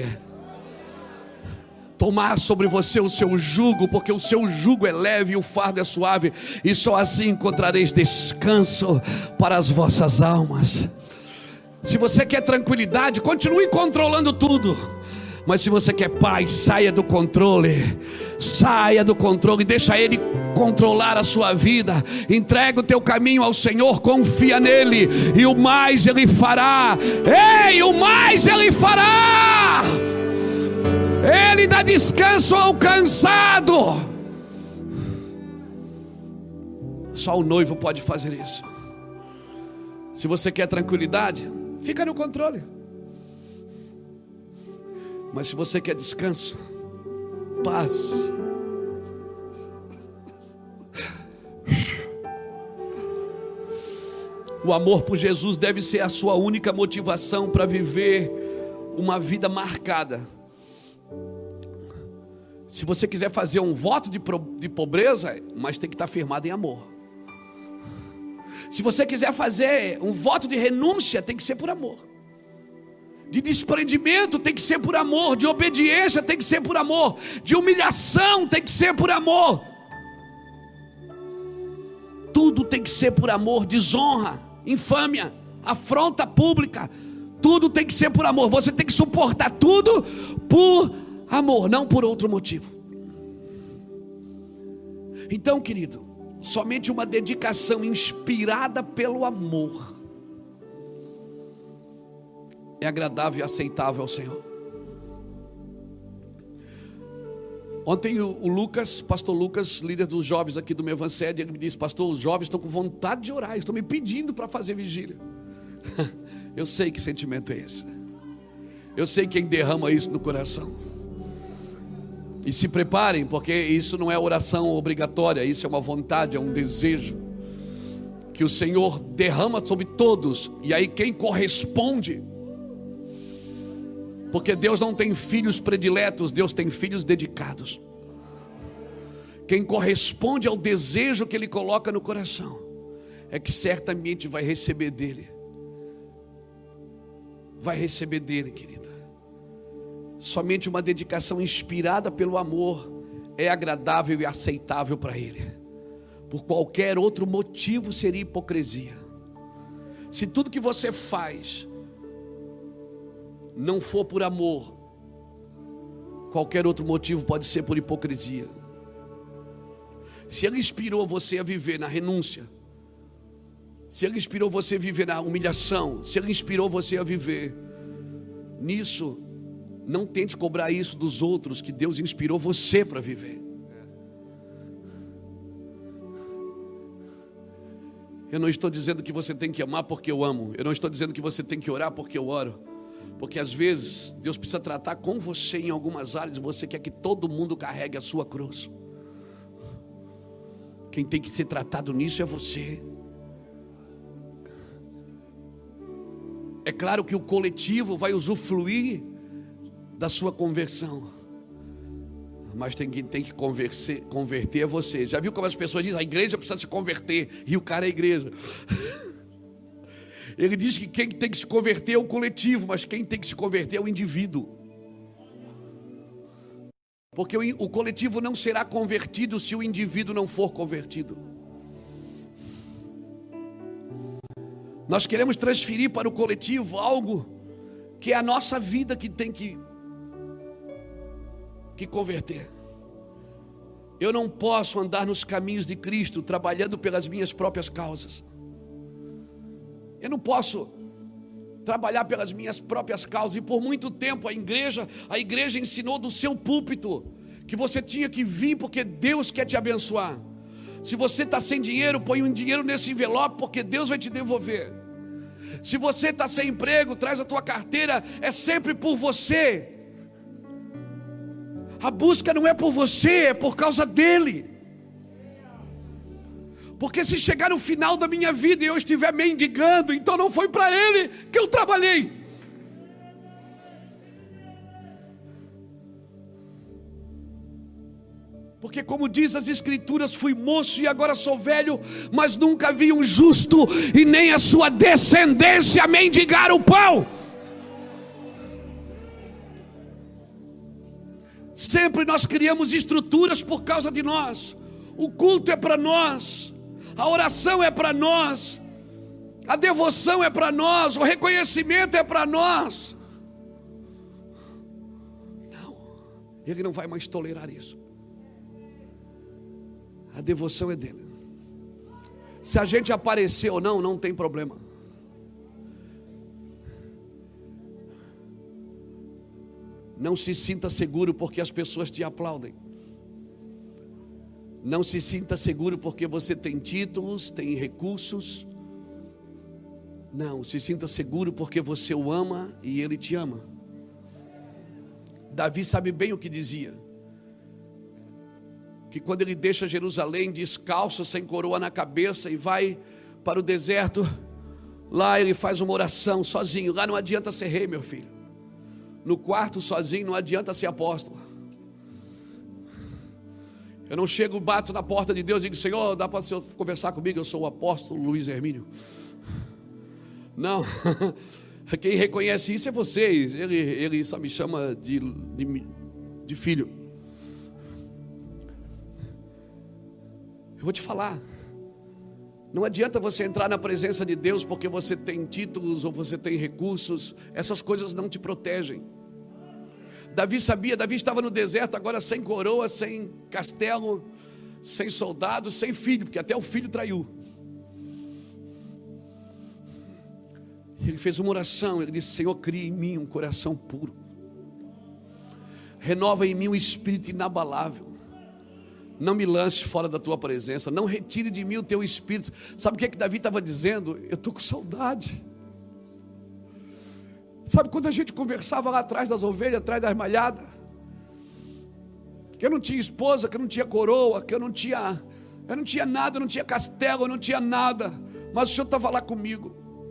Speaker 1: Tomar sobre você o seu jugo, porque o seu jugo é leve e o fardo é suave, e só assim encontrareis descanso para as vossas almas. Se você quer tranquilidade, continue controlando tudo. Mas se você quer paz, saia do controle. Saia do controle, deixa Ele controlar a sua vida. Entrega o teu caminho ao Senhor, confia nele, e o mais Ele fará. Ei, o mais Ele fará. Ele dá descanso ao cansado. Só o noivo pode fazer isso. Se você quer tranquilidade, fica no controle. Mas se você quer descanso, paz, o amor por Jesus deve ser a sua única motivação para viver uma vida marcada. Se você quiser fazer um voto de, de pobreza, mas tem que estar firmado em amor. Se você quiser fazer um voto de renúncia, tem que ser por amor. De desprendimento tem que ser por amor. De obediência tem que ser por amor. De humilhação tem que ser por amor. Tudo tem que ser por amor. Desonra, infâmia, afronta pública, tudo tem que ser por amor. Você tem que suportar tudo por amor, não por outro motivo. Então, querido, somente uma dedicação inspirada pelo amor é agradável e aceitável ao Senhor. Ontem o, o Lucas, pastor Lucas, líder dos jovens aqui do meu Evangelho, ele me disse: pastor, os jovens estão com vontade de orar, estão me pedindo para fazer vigília. Eu sei que sentimento é esse. Eu sei quem derrama isso no coração. E se preparem, porque isso não é oração obrigatória, isso é uma vontade, é um desejo que o Senhor derrama sobre todos. E aí quem corresponde, porque Deus não tem filhos prediletos, Deus tem filhos dedicados. Quem corresponde ao desejo que Ele coloca no coração é que certamente vai receber dele. Vai receber dele, querida. Somente uma dedicação inspirada pelo amor é agradável e aceitável para Ele. Por qualquer outro motivo seria hipocrisia. Se tudo que você faz não for por amor, qualquer outro motivo pode ser por hipocrisia. Se Ele inspirou você a viver na renúncia, se Ele inspirou você a viver na humilhação, se Ele inspirou você a viver nisso, não tente cobrar isso dos outros, que Deus inspirou você para viver. Eu não estou dizendo que você tem que amar porque eu amo. Eu não estou dizendo que você tem que orar porque eu oro. Porque às vezes Deus precisa tratar com você em algumas áreas. Você quer que todo mundo carregue a sua cruz. Quem tem que ser tratado nisso é você. É claro que o coletivo vai usufruir da sua conversão, mas tem que, tem que converser, converter é você. Já viu como as pessoas dizem: a igreja precisa se converter, e o cara é a igreja. Ele diz que quem tem que se converter é o coletivo, mas quem tem que se converter é o indivíduo. Porque o, o coletivo não será convertido se o indivíduo não for convertido. Nós queremos transferir para o coletivo algo que é a nossa vida que tem que que converter. Eu não posso andar nos caminhos de Cristo trabalhando pelas minhas próprias causas. Eu não posso trabalhar pelas minhas próprias causas. E por muito tempo a igreja, a igreja ensinou do seu púlpito que você tinha que vir porque Deus quer te abençoar. Se você está sem dinheiro, põe um dinheiro nesse envelope porque Deus vai te devolver. Se você está sem emprego, traz a tua carteira, é sempre por você. A busca não é por você, é por causa dele. Porque se chegar no final da minha vida e eu estiver mendigando, então não foi para Ele que eu trabalhei. Porque como diz as Escrituras, fui moço e agora sou velho, mas nunca vi um justo e nem a sua descendência mendigar o pão. Sempre nós criamos estruturas por causa de nós. O culto é para nós, a oração é para nós, a devoção é para nós, o reconhecimento é para nós. Não, Ele não vai mais tolerar isso. A devoção é dele. Se a gente aparecer ou não, não tem problema. Não se sinta seguro porque as pessoas te aplaudem. Não se sinta seguro porque você tem títulos, tem recursos. Não, se sinta seguro porque você o ama e ele te ama. Davi sabe bem o que dizia. Que quando ele deixa Jerusalém descalço, sem coroa na cabeça, e vai para o deserto, lá ele faz uma oração sozinho. Lá não adianta ser rei, meu filho. No quarto sozinho não adianta ser apóstolo. Eu não chego, bato na porta de Deus e digo: Senhor, dá para o Senhor conversar comigo? Eu sou o apóstolo Luiz Hermínio. Não, quem reconhece isso é vocês. Ele, ele só me chama de, de, de filho. Eu vou te falar, não adianta você entrar na presença de Deus porque você tem títulos ou você tem recursos. Essas coisas não te protegem. Davi sabia, Davi estava no deserto agora sem coroa, sem castelo, sem soldados, sem filho, porque até o filho traiu. Ele fez uma oração, ele disse: Senhor, cria em mim um coração puro, renova em mim um espírito inabalável. Não me lance fora da tua presença, não retire de mim o teu espírito. Sabe o que é que Davi estava dizendo? Eu estou com saudade. Sabe quando a gente conversava lá atrás das ovelhas, atrás das malhadas, que eu não tinha esposa, que eu não tinha coroa, que eu não tinha, eu não tinha nada, eu não tinha castelo, eu não tinha nada, mas o Senhor estava lá comigo.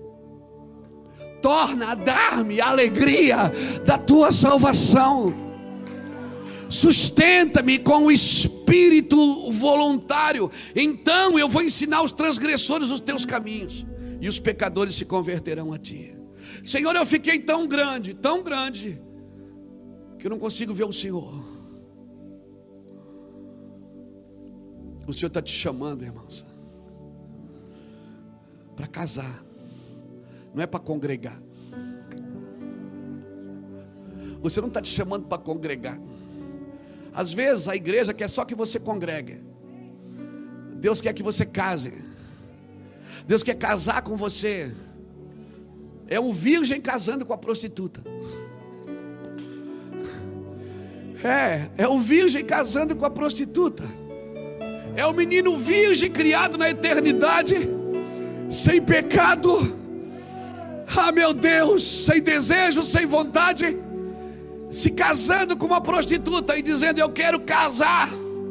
Speaker 1: Torna a dar-me a alegria da tua salvação. Sustenta-me com o espírito voluntário. Então eu vou ensinar os transgressores os teus caminhos, e os pecadores se converterão a ti. Senhor, eu fiquei tão grande, tão grande, que eu não consigo ver o Senhor. O Senhor está te chamando, irmãos, para casar. Não é para congregar. O Senhor não está te chamando para congregar. Às vezes a igreja quer só que você congregue. Deus quer que você case. Deus quer casar com você. É um virgem casando com a prostituta. É, é um virgem casando com a prostituta. É um menino virgem criado na eternidade, sem pecado. Ah, meu Deus, sem desejo, sem vontade, se casando com uma prostituta e dizendo: eu quero casar,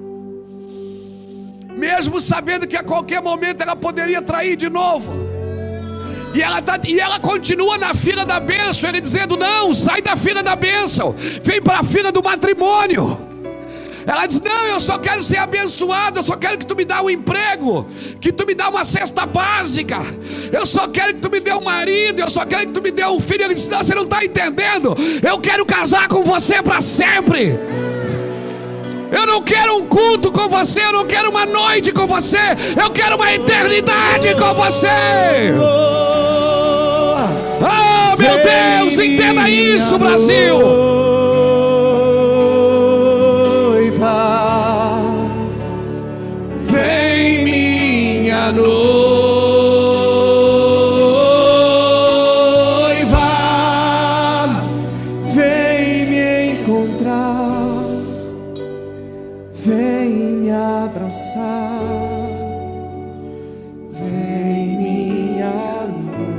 Speaker 1: mesmo sabendo que a qualquer momento ela poderia trair de novo. E ela, tá, e ela continua na fila da bênção, ele dizendo: não, sai da fila da bênção, vem para a fila do matrimônio. Ela diz: não, eu só quero ser abençoada, eu só quero que tu me dê um emprego, que tu me dê uma cesta básica, eu só quero que tu me dê um marido, eu só quero que tu me dê um filho. Ele diz: não, você não está entendendo, eu quero casar com você para sempre. Eu não quero um culto com você, eu não quero uma noite com você, eu quero uma eternidade com você. Oh, meu Deus, entenda isso, Brasil.
Speaker 2: Vem, minha noiva, vem me encontrar, vem me abraçar, vem me amar.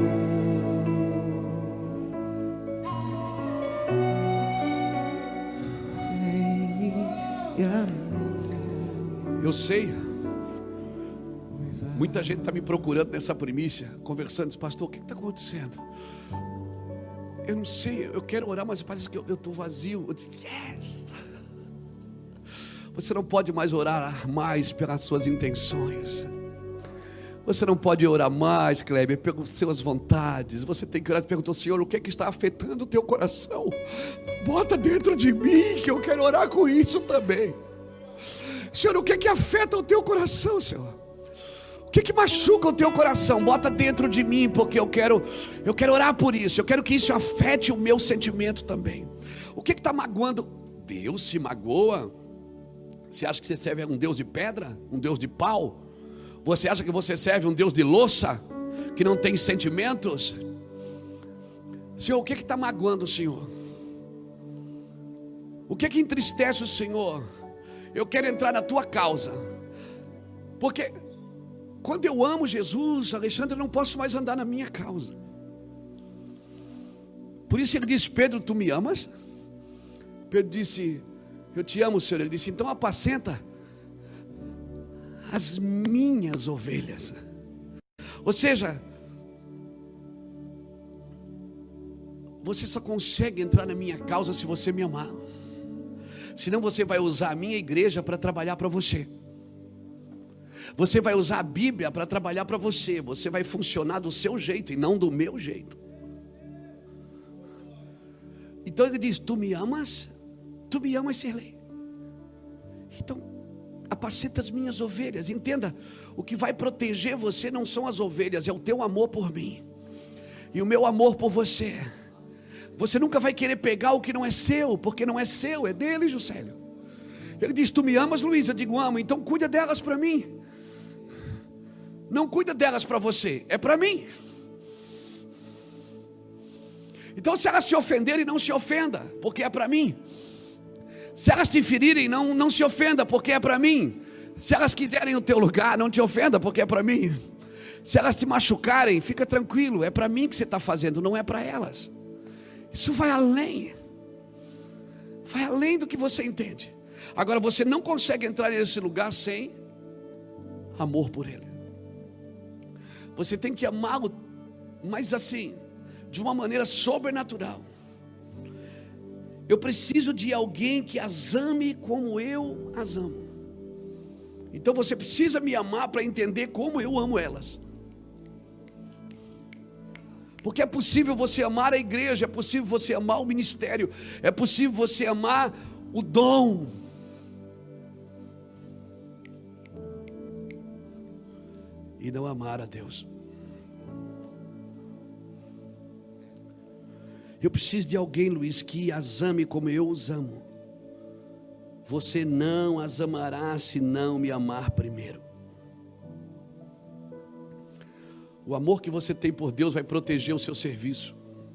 Speaker 1: Eu sei Muita gente está me procurando nessa primícia, conversando, diz, pastor, o que está acontecendo? Eu não sei, eu quero orar, mas parece que eu estou vazio. Eu disse, yes! Você não pode mais orar mais pelas suas intenções. Você não pode orar mais, Kleber, pelas suas vontades. Você tem que orar e perguntar, Senhor, o que é que está afetando o teu coração? Bota dentro de mim, que eu quero orar com isso também. Senhor, o que é que afeta o teu coração, Senhor? O que é que machuca o teu coração? Bota dentro de mim, porque eu quero, eu quero orar por isso. Eu quero que isso afete o meu sentimento também. O que é que está magoando? Deus se magoa? Você acha que você serve a um Deus de pedra? Um Deus de pau? Você acha que você serve um Deus de louça? Que não tem sentimentos? Senhor, o que está magoando o Senhor? O que que entristece o Senhor? Eu quero entrar na tua causa. Porque quando eu amo Jesus, Alexandre, eu não posso mais andar na minha causa. Por isso ele disse, Pedro, tu me amas? Pedro disse, eu te amo, Senhor. Ele disse, então apacenta as minhas ovelhas. Ou seja, você só consegue entrar na minha causa se você me amar. Senão você vai usar a minha igreja para trabalhar para você. Você vai usar a Bíblia para trabalhar para você. Você vai funcionar do seu jeito e não do meu jeito. Então ele diz, tu me amas? Tu me amas, Sirlei? Então apacenta as minhas ovelhas. Entenda, o que vai proteger você não são as ovelhas, é o teu amor por mim e o meu amor por você. Você nunca vai querer pegar o que não é seu, porque não é seu, é dele, Juscelio. Ele diz, tu me amas, Luiz? Eu digo, amo, então cuida delas para mim. Não cuida delas para você, é para mim. Então se elas te ofenderem, não se ofenda, porque é para mim. Se elas te ferirem, não, não se ofenda, porque é para mim. Se elas quiserem o teu lugar, não te ofenda, porque é para mim. Se elas te machucarem, fica tranquilo, é para mim que você está fazendo, não é para elas. Isso vai além. Vai além do que você entende. Agora você não consegue entrar nesse lugar sem amor por ele. Você tem que amá-lo, mas assim, de uma maneira sobrenatural. Eu preciso de alguém que as ame como eu as amo. Então você precisa me amar para entender como eu amo elas. Porque é possível você amar a igreja, é possível você amar o ministério, é possível você amar o dom. E não amar a Deus. Eu preciso de alguém, Luiz, que as ame como eu os amo. Você não as amará se não me amar primeiro. O amor que você tem por Deus vai proteger o seu serviço.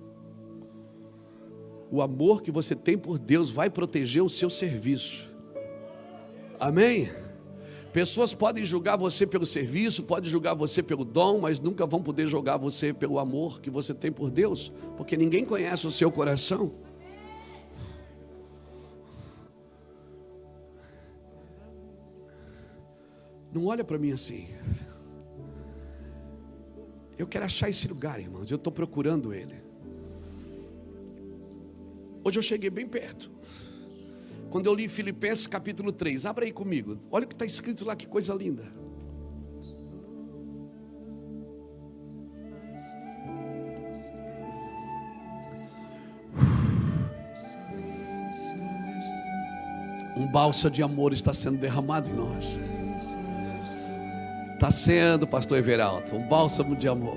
Speaker 1: O amor que você tem por Deus vai proteger o seu serviço. Amém? Pessoas podem julgar você pelo serviço, podem julgar você pelo dom, mas nunca vão poder julgar você pelo amor que você tem por Deus, porque ninguém conhece o seu coração. Não olha para mim assim. Eu quero achar esse lugar, irmãos, eu estou procurando ele. Hoje eu cheguei bem perto. Quando eu li Filipenses capítulo três, abra aí comigo. Olha o que está escrito lá, que coisa linda. Um bálsamo de amor está sendo derramado em nós. Está sendo, pastor Everaldo, um bálsamo de amor.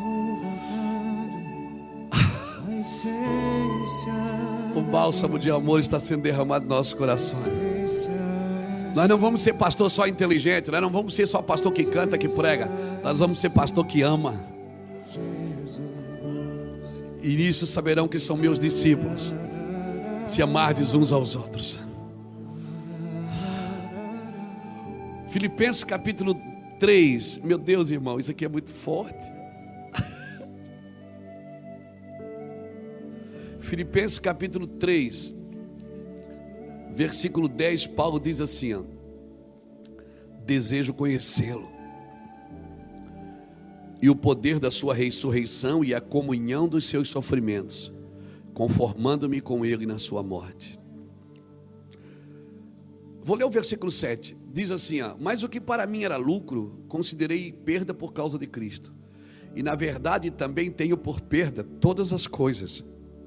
Speaker 1: O bálsamo de amor está sendo derramado em nossos corações. Nós não vamos ser pastor só inteligente, nós não vamos ser só pastor que canta, que prega. Nós vamos ser pastor que ama. E nisso saberão que são meus discípulos, se amardes uns aos outros. Filipenses capítulo três. Meu Deus, irmão, isso aqui é muito forte. Filipenses capítulo três, versículo dez, Paulo diz assim, ó, desejo conhecê-lo e o poder da sua ressurreição e a comunhão dos seus sofrimentos, conformando-me com ele na sua morte. Vou ler o versículo sete, diz assim, ó, mas o que para mim era lucro, considerei perda por causa de Cristo, e na verdade também tenho por perda todas as coisas,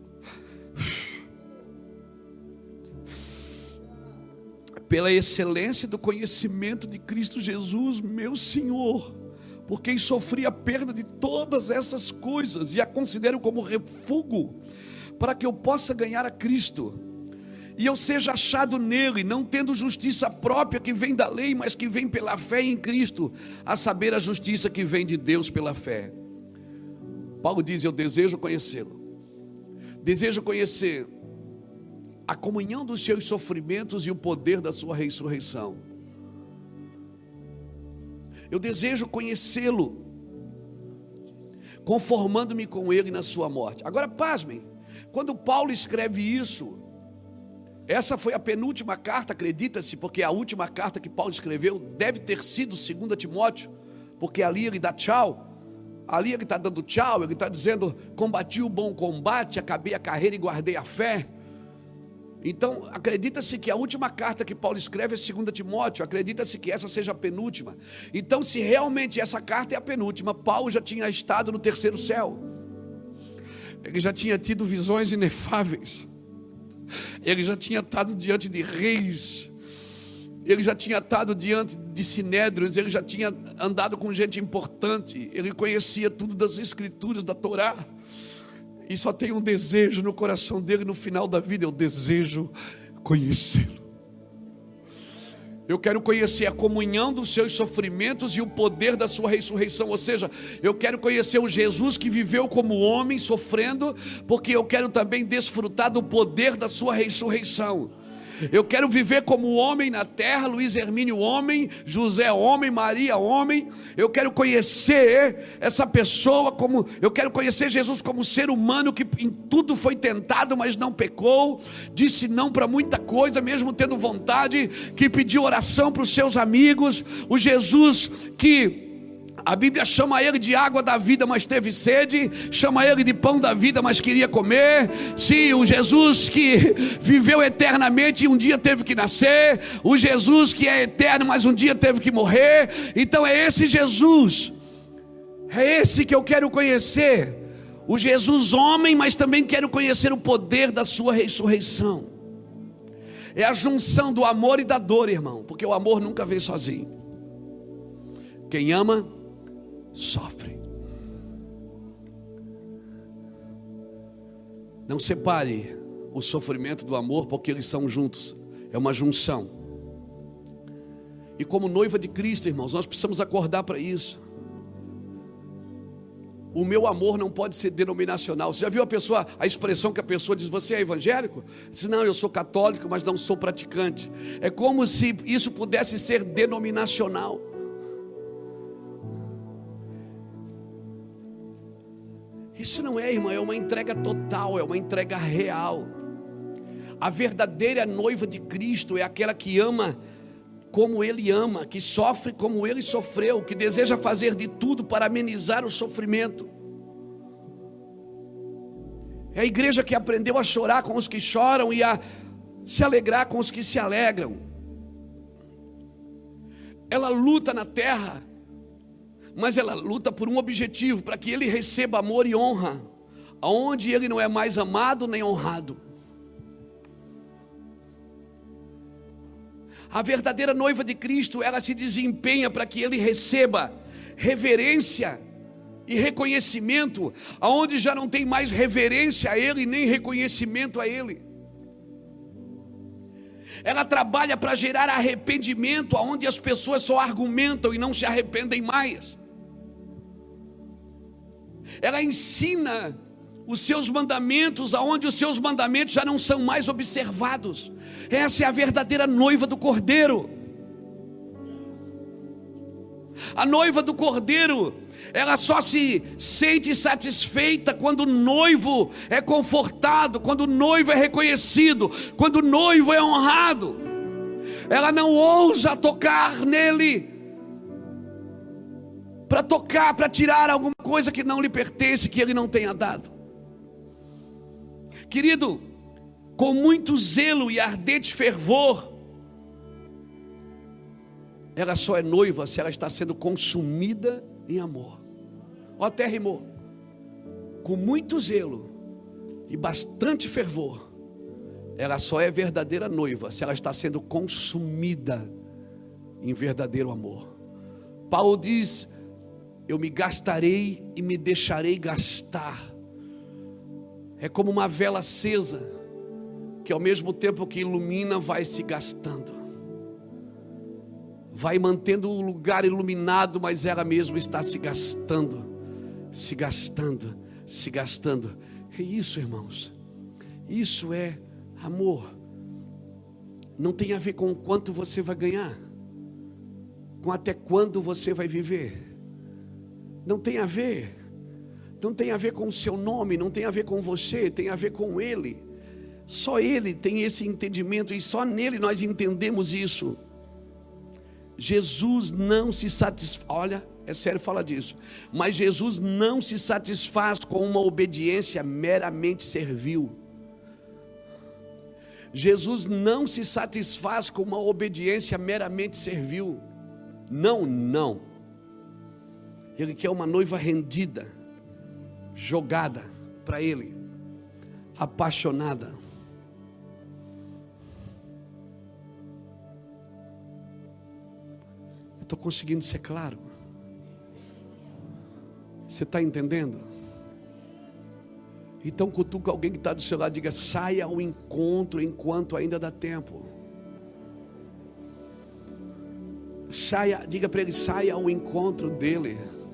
Speaker 1: pela excelência do conhecimento de Cristo Jesus, meu Senhor, por quem sofri a perda de todas essas coisas, e a considero como refúgio, para que eu possa ganhar a Cristo, e eu seja achado nele, não tendo justiça própria que vem da lei, mas que vem pela fé em Cristo, a saber a justiça que vem de Deus pela fé. Paulo diz, eu desejo conhecê-lo, desejo conhecer a comunhão dos seus sofrimentos e o poder da sua ressurreição. Eu desejo conhecê-lo, conformando-me com ele na sua morte. Agora pasmem, quando Paulo escreve isso, essa foi a penúltima carta, acredita-se, porque a última carta que Paulo escreveu deve ter sido segunda Timóteo, porque ali ele dá tchau, ali ele está dando tchau, ele está dizendo, combati o bom combate, acabei a carreira e guardei a fé. Então, acredita-se que a última carta que Paulo escreve é segunda Timóteo, acredita-se que essa seja a penúltima. Então, se realmente essa carta é a penúltima, Paulo já tinha estado no terceiro céu, ele já tinha tido visões inefáveis, ele já tinha estado diante de reis, ele já tinha estado diante de sinédrios, ele já tinha andado com gente importante, ele conhecia tudo das escrituras, da Torá, e só tem um desejo no coração dele no final da vida, eu desejo conhecê-lo. Eu quero conhecer a comunhão dos seus sofrimentos e o poder da sua ressurreição. Ou seja, eu quero conhecer o Jesus que viveu como homem sofrendo, porque eu quero também desfrutar do poder da sua ressurreição. Eu quero viver como homem na terra, Luiz Hermínio homem, José homem, Maria homem. Eu quero conhecer essa pessoa como, eu quero conhecer Jesus como ser humano que em tudo foi tentado, mas não pecou, disse não para muita coisa, mesmo tendo vontade, que pediu oração para os seus amigos. O Jesus que a Bíblia chama ele de água da vida, mas teve sede, chama ele de pão da vida, mas queria comer. Sim, o Jesus que viveu eternamente e um dia teve que nascer, o Jesus que é eterno, mas um dia teve que morrer. Então é esse Jesus, é esse que eu quero conhecer, o Jesus homem, mas também quero conhecer o poder da sua ressurreição. É a junção do amor e da dor, irmão, porque o amor nunca vem sozinho. Quem ama sofre. Não separe o sofrimento do amor, porque eles são juntos, é uma junção. E como noiva de Cristo, irmãos, nós precisamos acordar para isso. O meu amor não pode ser denominacional. Você já viu a pessoa, a expressão que a pessoa diz, você é evangélico? Diz, não, eu sou católico, mas não sou praticante. É como se isso pudesse ser denominacional. Isso não é, irmão, é uma entrega total, é uma entrega real. A verdadeira noiva de Cristo é aquela que ama como Ele ama, que sofre como Ele sofreu, que deseja fazer de tudo para amenizar o sofrimento. É a igreja que aprendeu a chorar com os que choram e a se alegrar com os que se alegram. Ela luta na terra, mas ela luta por um objetivo, para que ele receba amor e honra, aonde ele não é mais amado nem honrado. A verdadeira noiva de Cristo, ela se desempenha para que ele receba reverência e reconhecimento, aonde já não tem mais reverência a ele, nem reconhecimento a ele. Ela trabalha para gerar arrependimento, aonde as pessoas só argumentam e não se arrependem mais. Ela ensina os seus mandamentos, aonde os seus mandamentos já não são mais observados. Essa é a verdadeira noiva do Cordeiro. A noiva do Cordeiro, ela só se sente satisfeita quando o noivo é confortado, quando o noivo é reconhecido, quando o noivo é honrado. Ela não ousa tocar nele. para tocar, para tirar alguma coisa que não lhe pertence, que Ele não tenha dado. Querido, com muito zelo e ardente fervor, ela só é noiva se ela está sendo consumida em amor. Ó, até rimou. Com muito zelo e bastante fervor, ela só é verdadeira noiva se ela está sendo consumida em verdadeiro amor. Paulo diz: eu me gastarei e me deixarei gastar. É como uma vela acesa, que ao mesmo tempo que ilumina, vai se gastando, vai mantendo o lugar iluminado, mas ela mesma está se gastando, se gastando, se gastando. É isso, irmãos, isso é amor. Não tem a ver com o quanto você vai ganhar, com até quando você vai viver. Não tem a ver, não tem a ver com o seu nome, não tem a ver com você, tem a ver com Ele. Só Ele tem esse entendimento e só nele nós entendemos isso. Jesus não se satisfaz, olha, é sério falar disso, mas Jesus não se satisfaz com uma obediência meramente servil. Jesus não se satisfaz com uma obediência meramente servil. Não, não. Ele quer uma noiva rendida, jogada para Ele, apaixonada. Estou conseguindo ser claro? Você está entendendo? Então cutuca alguém que está do seu lado e diga: saia ao encontro enquanto ainda dá tempo. Saia, diga para ele: saia ao encontro dele.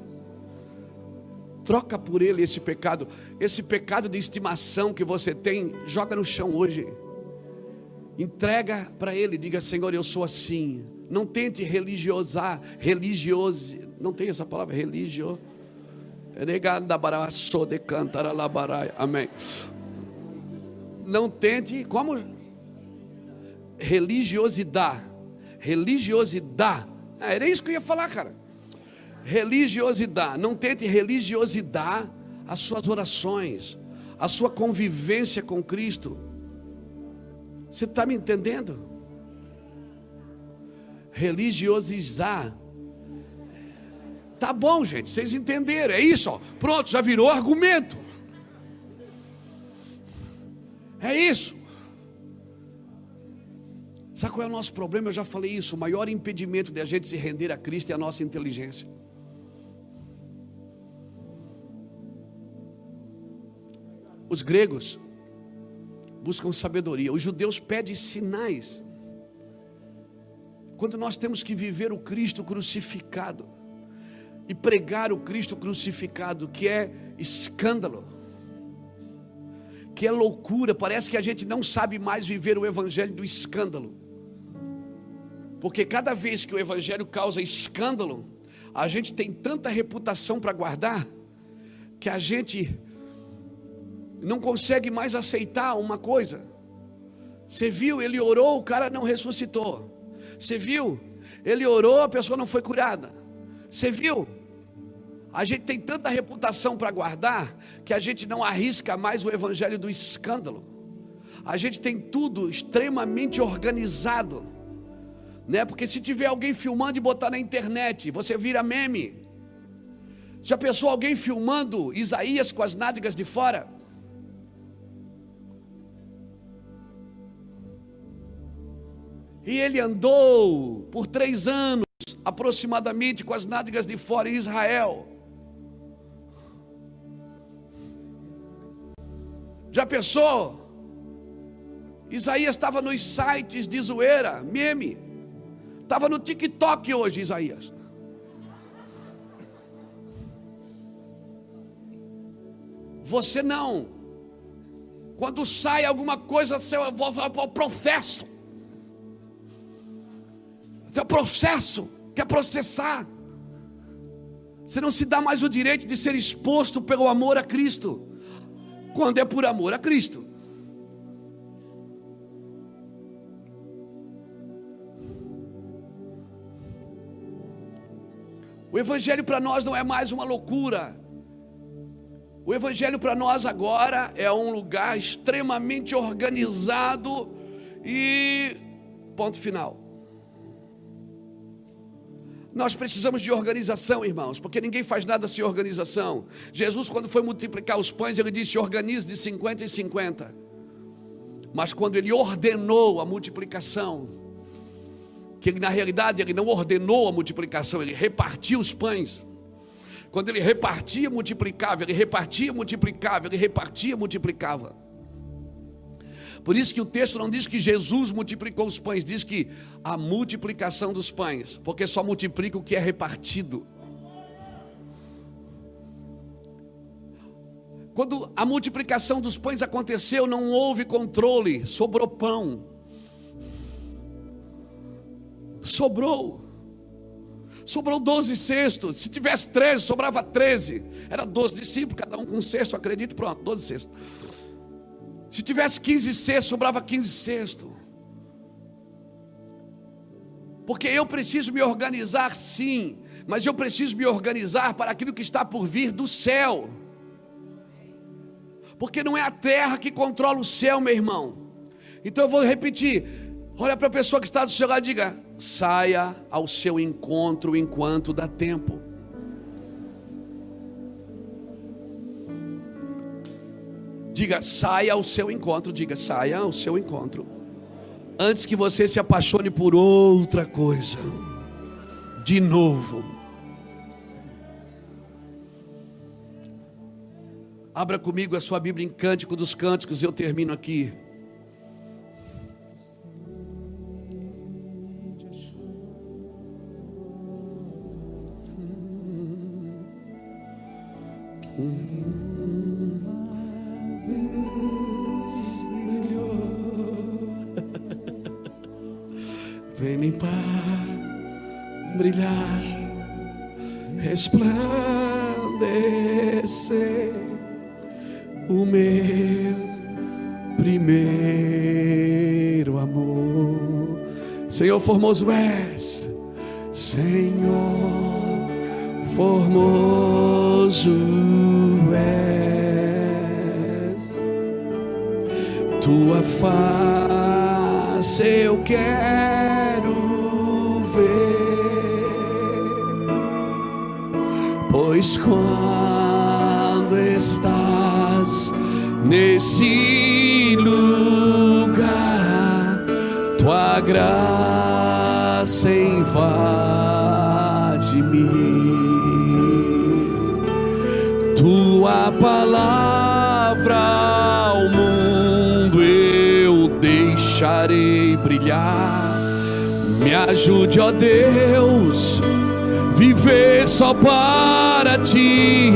Speaker 1: Troca por ele esse pecado, esse pecado de estimação que você tem, joga no chão hoje. Entrega para ele, diga: Senhor, eu sou assim. Não tente religiosar, religioso, não tem essa palavra, religio. Amém. Não tente, como? Religiosidade. Religiosidade. Ah, era isso que eu ia falar, cara. Religiosidade. Não tente religiosidade as suas orações, a sua convivência com Cristo. Você está me entendendo? Religiosizar. Tá bom, gente, vocês entenderam, é isso, ó. Pronto, já virou argumento. É isso. Sabe qual é o nosso problema? Eu já falei isso. O maior impedimento de a gente se render a Cristo é a nossa inteligência. Os gregos buscam sabedoria, os judeus pedem sinais. Quando nós temos que viver o Cristo crucificado e pregar o Cristo crucificado, que é escândalo, que é loucura, parece que a gente não sabe mais viver o evangelho do escândalo, porque cada vez que o evangelho causa escândalo, a gente tem tanta reputação para guardar, que a gente não consegue mais aceitar uma coisa. Você viu, ele orou, o cara não ressuscitou. Você viu, ele orou, a pessoa não foi curada. Você viu, a gente tem tanta reputação para guardar, que a gente não arrisca mais o evangelho do escândalo. A gente tem tudo extremamente organizado, né? Porque se tiver alguém filmando e botar na internet, você vira meme. Já pensou alguém filmando Isaías com as nádegas de fora? E ele andou por três anos, aproximadamente, com as nádegas de fora em Israel. Já pensou? Isaías estava nos sites de zoeira, meme. Estava no TikTok hoje, Isaías. Você não. Quando sai alguma coisa, você vai para o processo. Seu processo, quer processar. Você não se dá mais o direito de ser exposto pelo amor a Cristo, quando é por amor a Cristo. O O Evangelho para nós não é mais uma loucura. O Evangelho para nós agora é um lugar extremamente organizado e ponto final. Nós precisamos de organização, irmãos, porque ninguém faz nada sem organização. Jesus, quando foi multiplicar os pães, ele disse: organize de cinquenta em cinquenta. Mas quando ele ordenou a multiplicação, que ele, na realidade ele não ordenou a multiplicação, ele repartiu os pães. Quando ele repartia, multiplicava, ele repartia, multiplicava, ele repartia, multiplicava. Por isso que o texto não diz que Jesus multiplicou os pães, diz que a multiplicação dos pães, porque só multiplica o que é repartido. Quando a multiplicação dos pães aconteceu, não houve controle, sobrou pão. Sobrou. Sobrou doze cestos. Se tivesse treze, sobrava treze. Era doze discípulos, cada um com um cesto, acredito, pronto, doze cestos. Se tivesse quinze cestos, sobrava quinze cestos. Porque eu preciso me organizar, sim, mas eu preciso me organizar para aquilo que está por vir do céu. Porque não é a terra que controla o céu, meu irmão. Então eu vou repetir. Olha para a pessoa que está do seu lado e diga: saia ao seu encontro enquanto dá tempo. Diga: saia ao seu encontro. Diga: saia ao seu encontro, antes que você se apaixone por outra coisa de novo. Abra comigo a sua Bíblia em Cântico dos Cânticos. Eu termino aqui. Vem limpar, brilhar, resplandecer o meu primeiro amor. Senhor formoso és, Senhor formoso és, tua face eu quero ver, pois quando estás nesse lugar, tua graça invade-me. Tua palavra ao mundo eu deixarei brilhar. Me ajude, ó Deus, viver só para ti.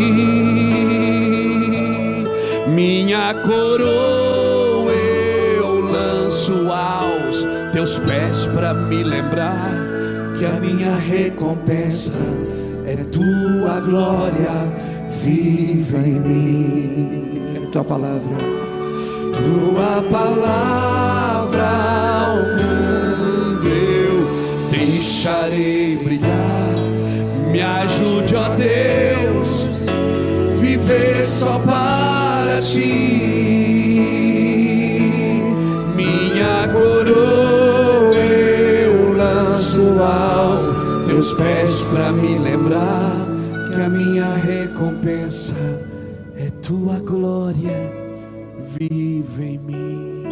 Speaker 1: Minha coroa eu lanço aos teus pés para me lembrar que a minha recompensa é tua glória. Viva em mim, é tua palavra, tua palavra ao mundo eu deixarei brilhar. Me ajude, ó Deus, viver só para ti. Minha coroa eu lanço aos teus pés para me lembrar que a minha recompensa é tua glória, vive em mim.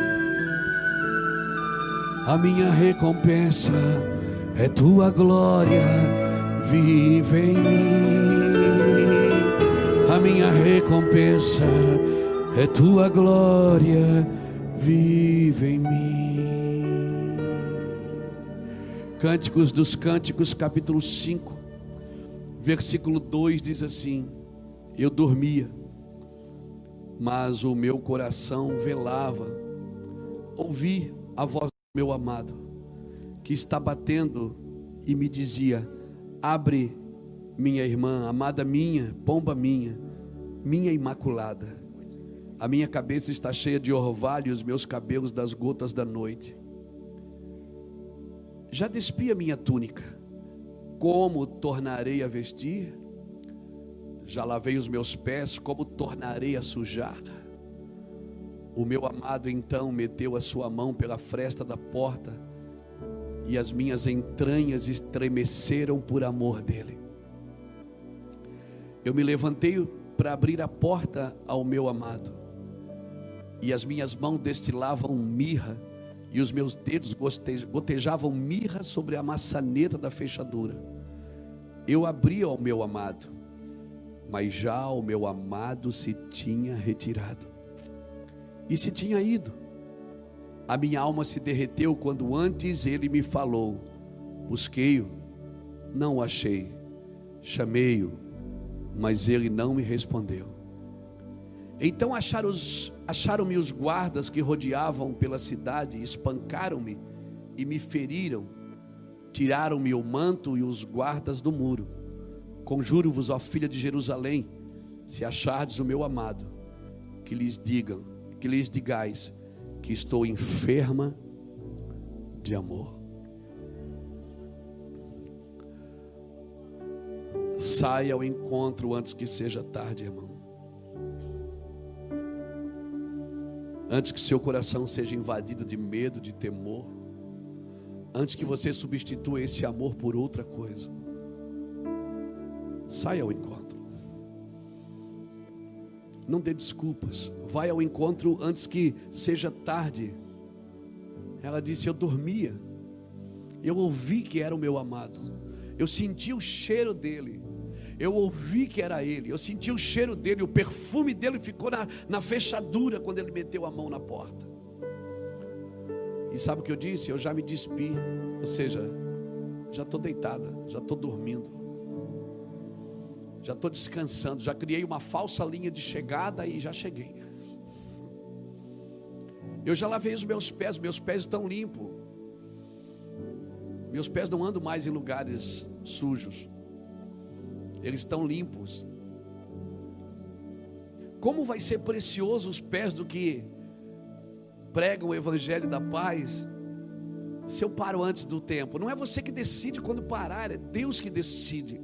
Speaker 1: A minha recompensa é tua glória, vive em mim. A minha recompensa é tua glória, vive em mim. Cânticos dos Cânticos, capítulo cinco. Versículo dois diz assim: eu dormia, mas o meu coração velava. Ouvi a voz do meu amado, que está batendo e me dizia: abre, minha irmã, amada minha, pomba minha, minha imaculada. A minha cabeça está cheia de orvalho e os meus cabelos das gotas da noite. Já despi a minha túnica, como tornarei a vestir? Já lavei os meus pés, como tornarei a sujar? O meu amado então meteu a sua mão pela fresta da porta, e as minhas entranhas estremeceram por amor dele. Eu me levantei para abrir a porta ao meu amado, e as minhas mãos destilavam mirra, e os meus dedos gotejavam mirra sobre a maçaneta da fechadura. Eu abri ao meu amado, mas já o meu amado se tinha retirado e se tinha ido. A minha alma se derreteu quando antes ele me falou. Busquei-o, não o achei. Chamei-o, mas ele não me respondeu. Então acharam os, acharam-me os guardas que rodeavam pela cidade, espancaram-me e me feriram. Tiraram-me o manto e os guardas do muro. Conjuro-vos, ó filha de Jerusalém, se achardes o meu amado, que lhes digam, que lhes digais que estou enferma de amor. Saia ao encontro antes que seja tarde, irmão. Antes que seu coração seja invadido de medo, de temor. Antes que você substitua esse amor por outra coisa. Saia ao encontro. Não dê desculpas. Vai ao encontro antes que seja tarde. Ela disse: eu dormia. Eu ouvi que era o meu amado. Eu senti o cheiro dele. Eu ouvi que era ele. Eu senti o cheiro dele. O perfume dele ficou na, na fechadura quando ele meteu a mão na porta. E sabe o que eu disse? Eu já me despi. Ou seja, já estou deitada, já estou dormindo, já estou descansando, já criei uma falsa linha de chegada e já cheguei. Eu já lavei os meus pés, meus pés estão limpos. Meus pés não andam mais em lugares sujos, eles estão limpos. Como vai ser precioso os pés do que pregam o evangelho da paz, se eu paro antes do tempo? Não é você que decide quando parar, é Deus que decide.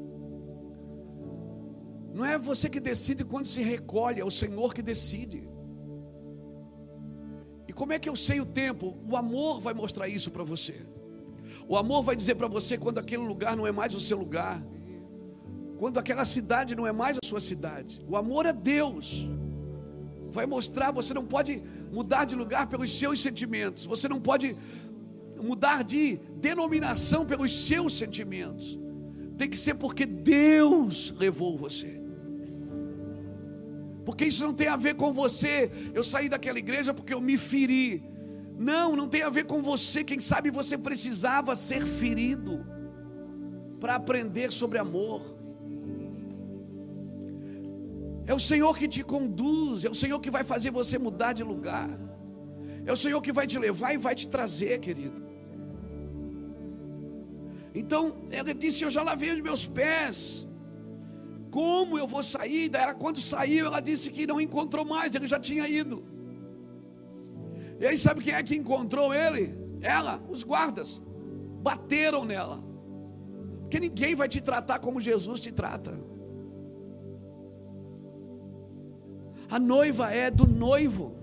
Speaker 1: Não é você que decide quando se recolhe, é o Senhor que decide. E como é que eu sei o tempo? O amor vai mostrar isso para você. O amor vai dizer para você quando aquele lugar não é mais o seu lugar, quando aquela cidade não é mais a sua cidade. O amor é Deus. Vai mostrar. Você não pode mudar de lugar pelos seus sentimentos. Você não pode mudar de denominação pelos seus sentimentos. Tem que ser porque Deus levou você. Porque isso não tem a ver com você. Eu saí daquela igreja porque eu me feri. Não, não tem a ver com você. Quem sabe você precisava ser ferido para aprender sobre amor. É o Senhor que te conduz. É o Senhor que vai fazer você mudar de lugar. É o Senhor que vai te levar e vai te trazer, querido. Então, ela disse: eu já lavei os meus pés. Como eu vou sair? Daí ela, quando saiu, ela disse que não encontrou mais, ele já tinha ido. E aí sabe quem é que encontrou ele? Ela, os guardas. Bateram nela. Porque ninguém vai te tratar como Jesus te trata. A noiva é do noivo.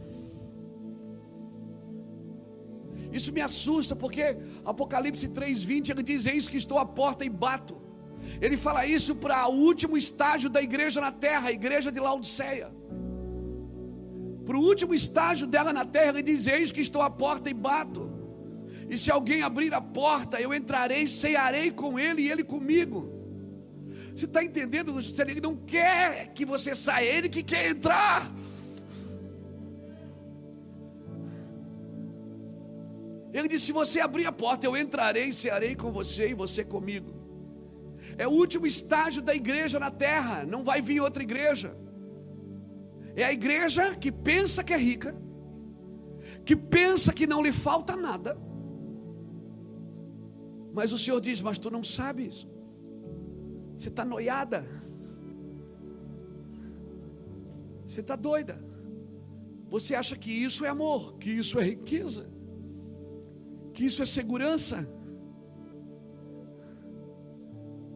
Speaker 1: Isso me assusta, porque Apocalipse três, vinte, ele diz: eis que estou à porta e bato. Ele fala isso para o último estágio da igreja na terra, a igreja de Laodiceia. Para o último estágio dela na terra, ele diz: eis que estou à porta e bato. E se alguém abrir a porta, eu entrarei, cearei com ele e ele comigo. Você está entendendo? Ele não quer que você saia, ele que quer entrar. Ele disse: se você abrir a porta, eu entrarei, cearei com você e você comigo. É o último estágio da igreja na terra. Não vai vir outra igreja. É a igreja que pensa que é rica, que pensa que não lhe falta nada. Mas o Senhor diz: mas tu não sabes. Você está noiada. Você está doida. Você acha que isso é amor, que isso é riqueza, que isso é segurança.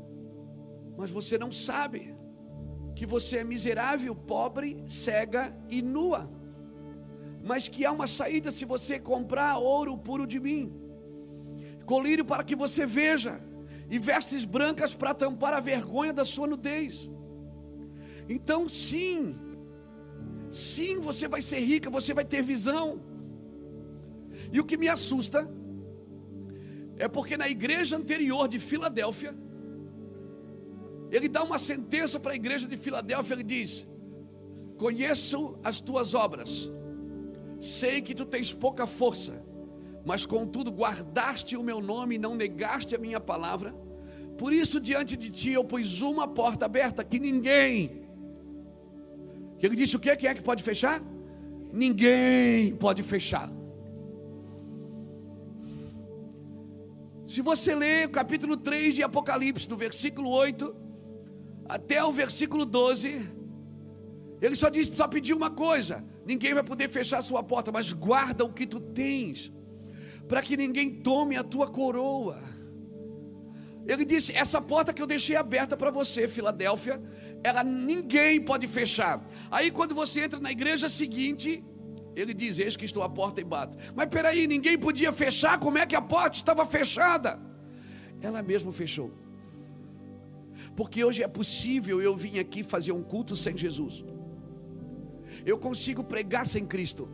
Speaker 1: Mas você não sabe que você é miserável, pobre, cega e nua, mas que há uma saída se você comprar ouro puro de mim, colírio para que você veja, e vestes brancas para tampar a vergonha da sua nudez. Então sim, sim, você vai ser rica, você vai ter visão. E o que me assusta é porque na igreja anterior de Filadélfia, ele dá uma sentença para a igreja de Filadélfia. Ele diz: conheço as tuas obras, sei que tu tens pouca força, mas contudo guardaste o meu nome e não negaste a minha palavra. Por isso diante de ti eu pus uma porta aberta que ninguém... Ele disse o quê? Quem é que pode fechar? Ninguém pode fechar. Se você ler o capítulo três de Apocalipse, do versículo oito até o versículo doze, ele só diz, só pedir uma coisa: ninguém vai poder fechar a sua porta, mas guarda o que tu tens, para que ninguém tome a tua coroa. Ele disse: essa porta que eu deixei aberta para você, Filadélfia, ela ninguém pode fechar. Aí quando você entra na igreja seguinte, ele diz: eis que estou à porta e bato. Mas peraí, ninguém podia fechar? Como é que a porta estava fechada? Ela mesma fechou. Porque hoje é possível eu vir aqui fazer um culto sem Jesus. Eu consigo pregar sem Cristo.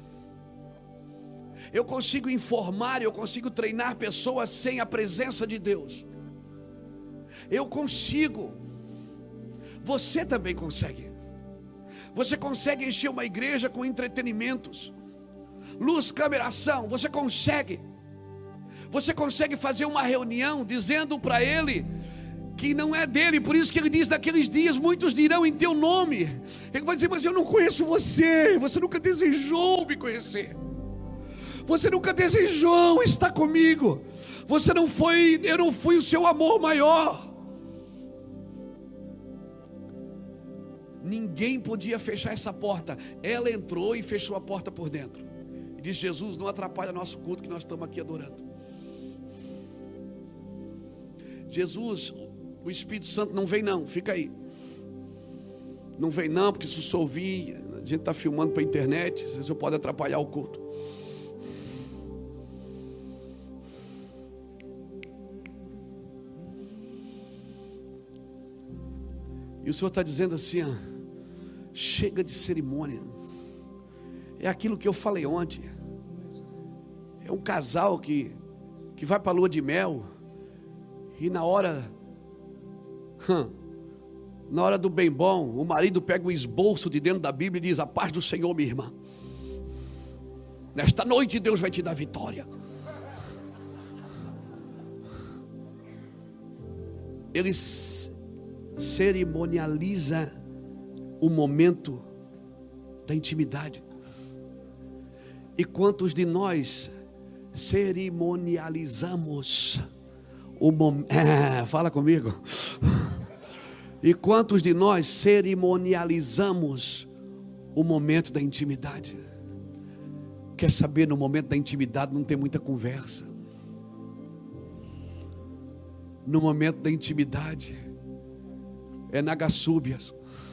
Speaker 1: Eu consigo informar, eu consigo treinar pessoas sem a presença de Deus. Eu consigo. Você também consegue. Você consegue encher uma igreja com entretenimentos, luz, câmera, ação. Você consegue. Você consegue fazer uma reunião dizendo para ele que não é dele. Por isso que ele diz: naqueles dias muitos dirão em teu nome. Ele vai dizer: mas eu não conheço você. Você nunca desejou me conhecer. Você nunca desejou estar comigo. Você não foi, eu não fui o seu amor maior. Ninguém podia fechar essa porta. Ela entrou e fechou a porta por dentro. E diz: Jesus, não atrapalha nosso culto, que nós estamos aqui adorando. Jesus, o Espírito Santo não vem não, fica aí. Não vem não, porque se o senhor vir, a gente está filmando para a internet, às vezes eu pode atrapalhar o culto. E o Senhor está dizendo assim, ó, chega de cerimônia. É aquilo que eu falei ontem. É um casal que, que vai para a lua de mel, e na hora hum, na hora do bem bom, o marido pega um esboço de dentro da Bíblia e diz: a paz do Senhor, minha irmã, nesta noite Deus vai te dar vitória. Ele cerimonializa o momento da intimidade. E quantos de nós cerimonializamos o momento? É, fala comigo. E quantos de nós cerimonializamos o momento da intimidade? Quer saber, no momento da intimidade não tem muita conversa. No momento da intimidade é nagaçúbias,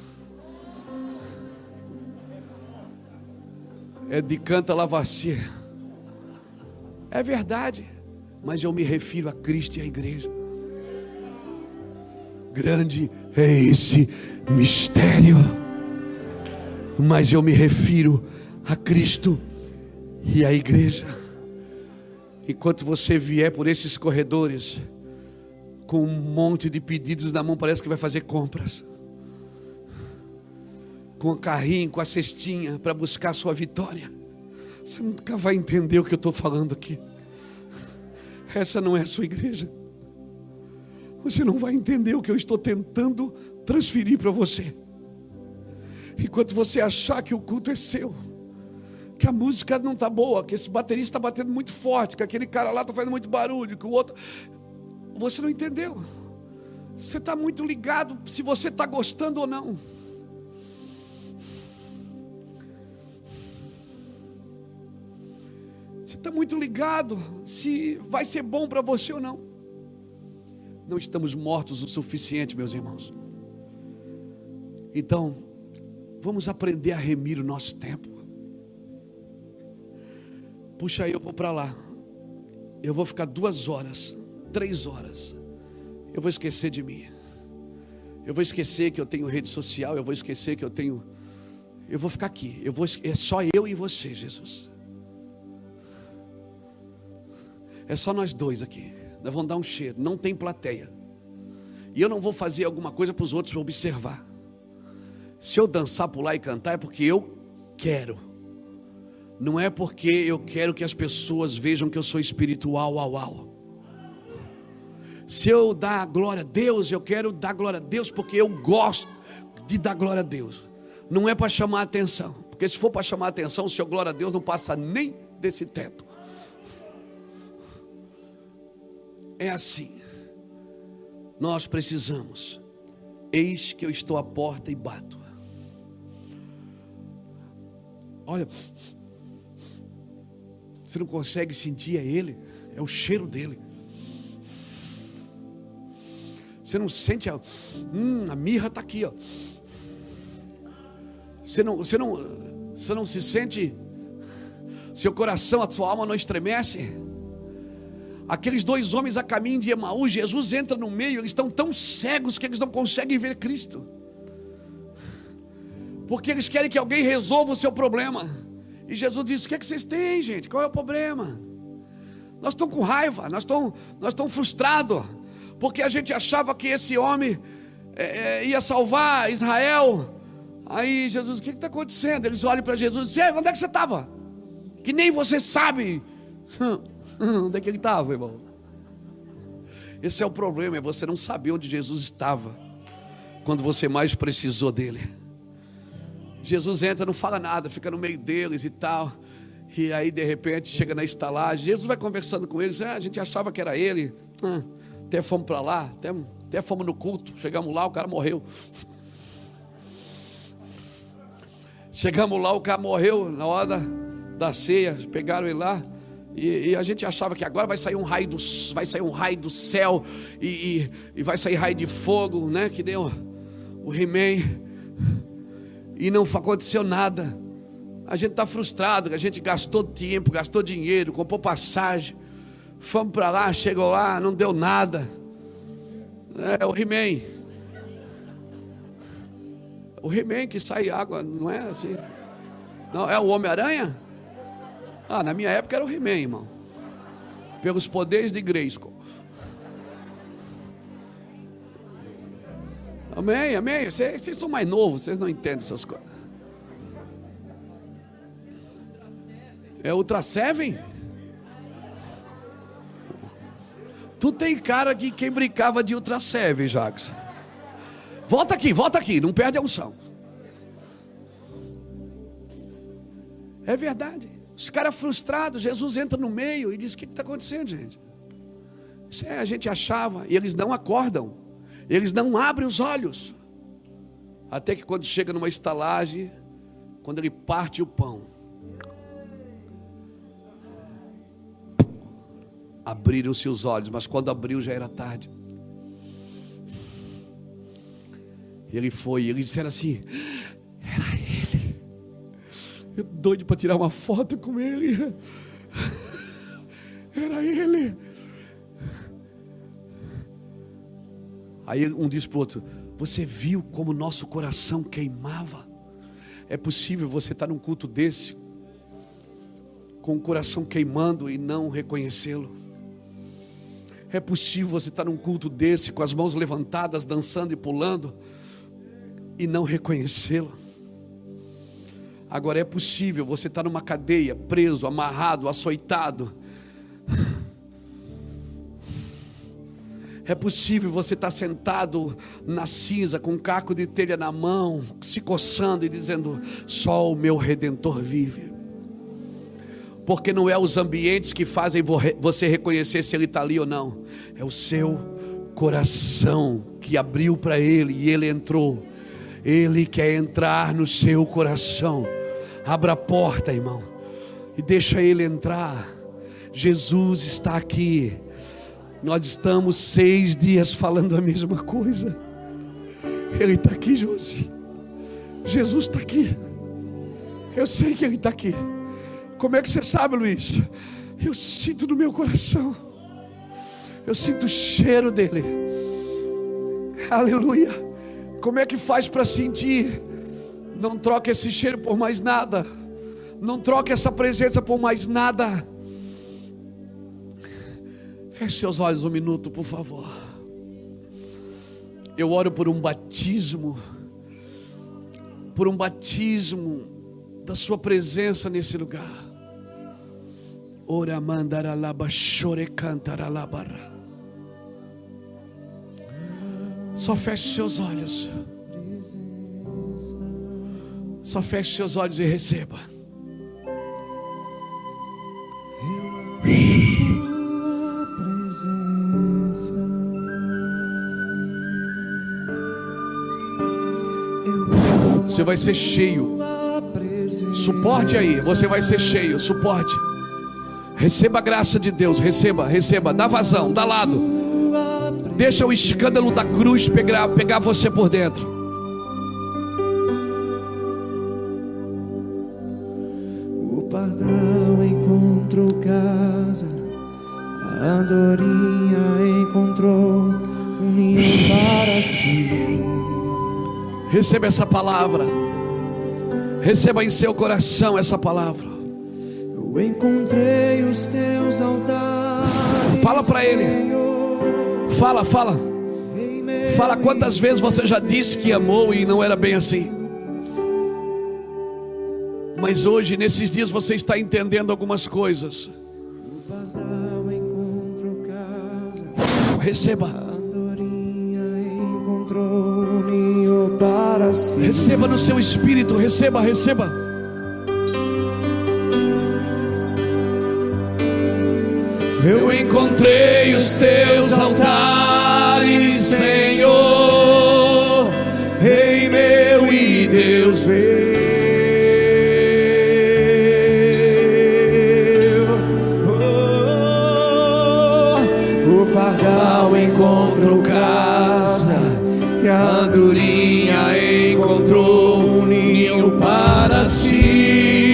Speaker 1: é de canta lavacia. É verdade, mas eu me refiro a Cristo e à igreja. Grande é esse mistério, mas eu me refiro a Cristo e à igreja. Enquanto você vier por esses corredores com um monte de pedidos na mão, parece que vai fazer compras, com o carrinho, com a cestinha para buscar a sua vitória, você nunca vai entender o que eu estou falando aqui. Essa não é a sua igreja. Você não vai entender o que eu estou tentando transferir para você. Enquanto você achar que o culto é seu, que a música não está boa, que esse baterista está batendo muito forte, que aquele cara lá está fazendo muito barulho, que o outro... Você não entendeu. Você está muito ligado se você está gostando ou não. Você está muito ligado se vai ser bom para você ou não. não estamos mortos o suficiente, meus irmãos. Então, vamos aprender a remir o nosso tempo. Puxa aí, eu vou para lá. Eu vou ficar duas horas, três horas. Eu vou esquecer de mim. Eu vou esquecer que eu tenho rede social. Eu vou esquecer que eu tenho... Eu vou ficar aqui. Eu vou... É só eu e você, Jesus. É só nós dois aqui. Nós vamos dar um cheiro. Não tem plateia. E eu não vou fazer alguma coisa para os outros observar. Se eu dançar, pular e cantar, é porque eu quero. Não é porque eu quero que as pessoas vejam que eu sou espiritual, uau, uau. Se eu dar glória a Deus, eu quero dar glória a Deus porque eu gosto de dar glória a Deus. Não é para chamar a atenção. Porque se for para chamar a atenção, o seu glória a Deus não passa nem desse teto. É assim. Nós precisamos. Eis que eu estou à porta e bato. Olha, você não consegue sentir, é Ele, é o cheiro dele. Você não sente, a, hum, a mirra está aqui, ó. Você não, você não, você não se sente, seu coração, a sua alma não estremece. Aqueles dois homens a caminho de Emaús, Jesus entra no meio, eles estão tão cegos que eles não conseguem ver Cristo. Porque eles querem que alguém resolva o seu problema. E Jesus disse: o que é que vocês têm, gente? Qual é o problema? Nós estamos com raiva, nós estamos, nós estamos frustrados. Porque a gente achava que esse homem é, é, ia salvar Israel. Aí Jesus: o que está acontecendo? Eles olham para Jesus e dizem: onde é que você estava? Que nem você sabe. Onde é que ele estava, irmão? Esse é o problema, é você não saber onde Jesus estava quando você mais precisou dele. Jesus entra, não fala nada, fica no meio deles e tal. E aí de repente chega na estalagem, Jesus vai conversando com eles. Ah, a gente achava que era ele. ah, Até fomos para lá, até, até fomos no culto. Chegamos lá, o cara morreu. Chegamos lá, o cara morreu na hora da, da ceia. Pegaram ele lá. E, e a gente achava que agora vai sair um raio do, vai sair um raio do céu. E, e, e vai sair raio de fogo, né? Que deu o He-Man. E não aconteceu nada. A gente está frustrado. A gente gastou tempo, gastou dinheiro, comprou passagem. Fomos para lá, chegou lá, não deu nada. É o He-Man. O He-Man que sai água, não é assim? Não, é o Homem-Aranha? Ah, na minha época era o He-Man, irmão. Pelos poderes de Grayskull. Amém, amém. Vocês, vocês são mais novos, vocês não entendem essas coisas. É Ultra Seven? Tu tem cara de quem brincava de Ultra Seven, Jacques. Volta aqui, volta aqui, não perde a unção. É verdade. Os caras frustrados, Jesus entra no meio e diz: o que está acontecendo, gente? Isso é, a gente achava, e eles não acordam. Eles não abrem os olhos. Até que quando chega numa estalagem, quando ele parte o pão, abriram-se os olhos, mas quando abriu já era tarde. Ele foi, e eles disseram assim: era ele. Eu doido para tirar uma foto com ele. Era ele. Aí um diz para o outro: você viu como nosso coração queimava? É possível você estar num culto desse, com o coração queimando e não reconhecê-lo? É possível você estar num culto desse, com as mãos levantadas, dançando e pulando, e não reconhecê-lo? Agora é possível você estar numa cadeia, preso, amarrado, açoitado. É possível você estar sentado na cinza, com um caco de telha na mão, se coçando e dizendo: só o meu Redentor vive. Porque não é os ambientes que fazem você reconhecer se ele está ali ou não. É o seu coração que abriu para ele e ele entrou. Ele quer entrar no seu coração. Abra a porta, irmão, e deixa ele entrar. Jesus está aqui. Nós estamos seis dias falando a mesma coisa. Ele está aqui, Josi. Jesus está aqui. Eu sei que Ele está aqui. Como é que você sabe, Luiz? Eu sinto no meu coração. Eu sinto o cheiro dele. Aleluia. Como é que faz para sentir? Não troque esse cheiro por mais nada. Não troque essa presença por mais nada. Feche seus olhos um minuto, por favor. Eu oro por um batismo. Por um batismo da sua presença nesse lugar. Ora mandaralaba chore cantaralabara. Só feche seus olhos. Só feche seus olhos e receba. Você vai ser cheio. Suporte aí, você vai ser cheio. Suporte. Receba a graça de Deus. Receba, receba. Dá vazão, dá lado. Deixa o escândalo da cruz pegar, pegar você por dentro.
Speaker 2: O pardal encontrou casa, a andorinha encontrou um ninho para si.
Speaker 1: Receba essa palavra. Receba em seu coração essa palavra.
Speaker 2: Eu encontrei os teus altares.
Speaker 1: Fala para ele. Fala, fala. Fala quantas vezes você já disse que amou e não era bem assim. Mas hoje, nesses dias, você está entendendo algumas coisas. Receba. Receba no seu espírito. Receba, receba.
Speaker 2: Eu encontrei os teus altares, Senhor, Rei meu e Deus meu. Oh, o pardal encontrou casa e a andorinha encontrou um ninho para si.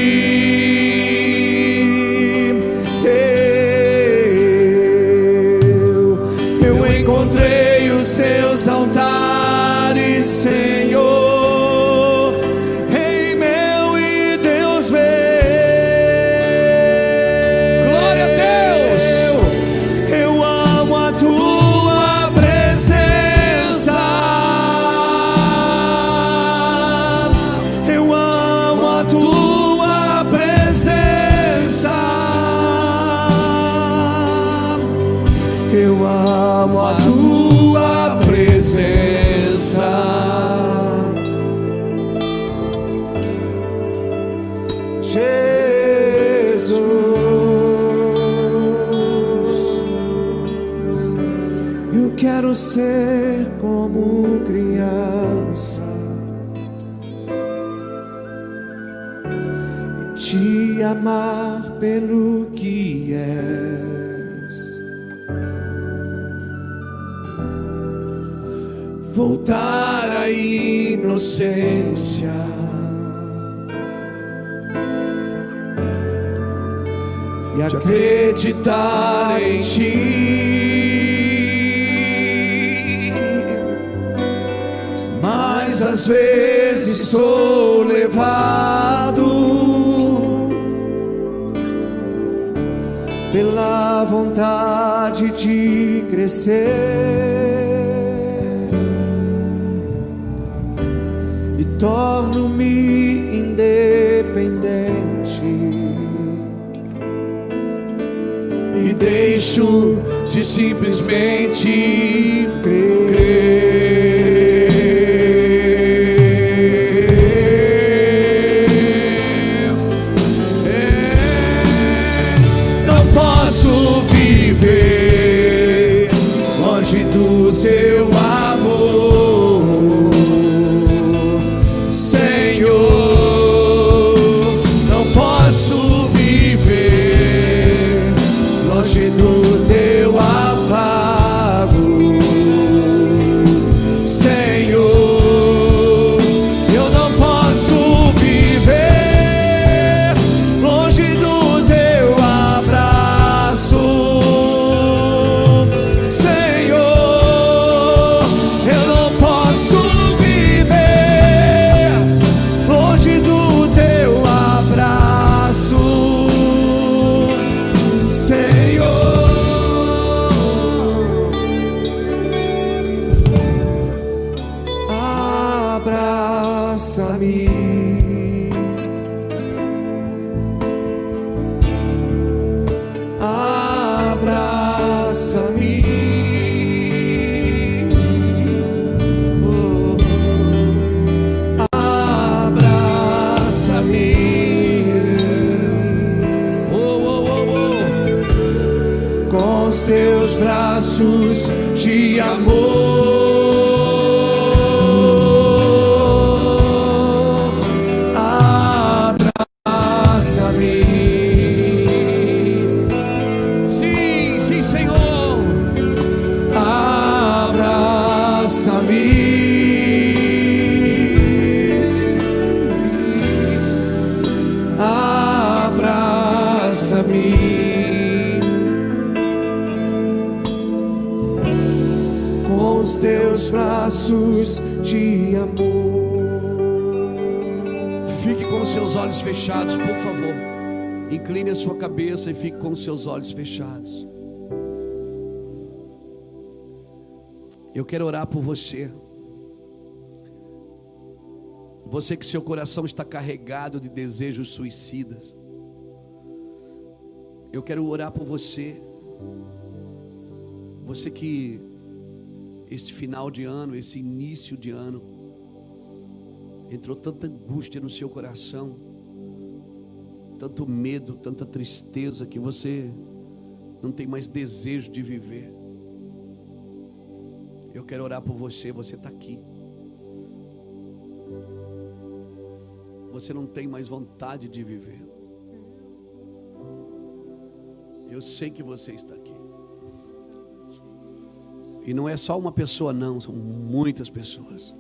Speaker 2: Teus altares, Senhor, Rei meu e Deus meu.
Speaker 1: Glória a Deus.
Speaker 2: Eu amo a tua presença. Eu amo a tua presença. Eu amo a tua presença. Jesus, eu quero ser como criança e te amar pelo que és. Voltar à inocência e acreditar em ti. Mas às vezes sou levado pela vontade de crescer. Torno-me independente e deixo de simplesmente crer. Não posso viver longe do teu amor. Do teu afago. braços de amor. Abraça-me.
Speaker 1: Sim, sim, Senhor.
Speaker 2: Abraça-me. Com os teus braços de amor.
Speaker 1: Fique com os seus olhos fechados, por favor. Incline a sua cabeça e fique com os seus olhos fechados. Eu quero orar por você. Você que seu coração está carregado de desejos suicidas. Eu quero orar por você. Você que este final de ano, esse início de ano, entrou tanta angústia no seu coração, tanto medo, tanta tristeza, que você não tem mais desejo de viver. Eu quero orar por você. Você está aqui. Você não tem mais vontade de viver. Eu sei que você está aqui. E não é só uma pessoa não, são muitas pessoas.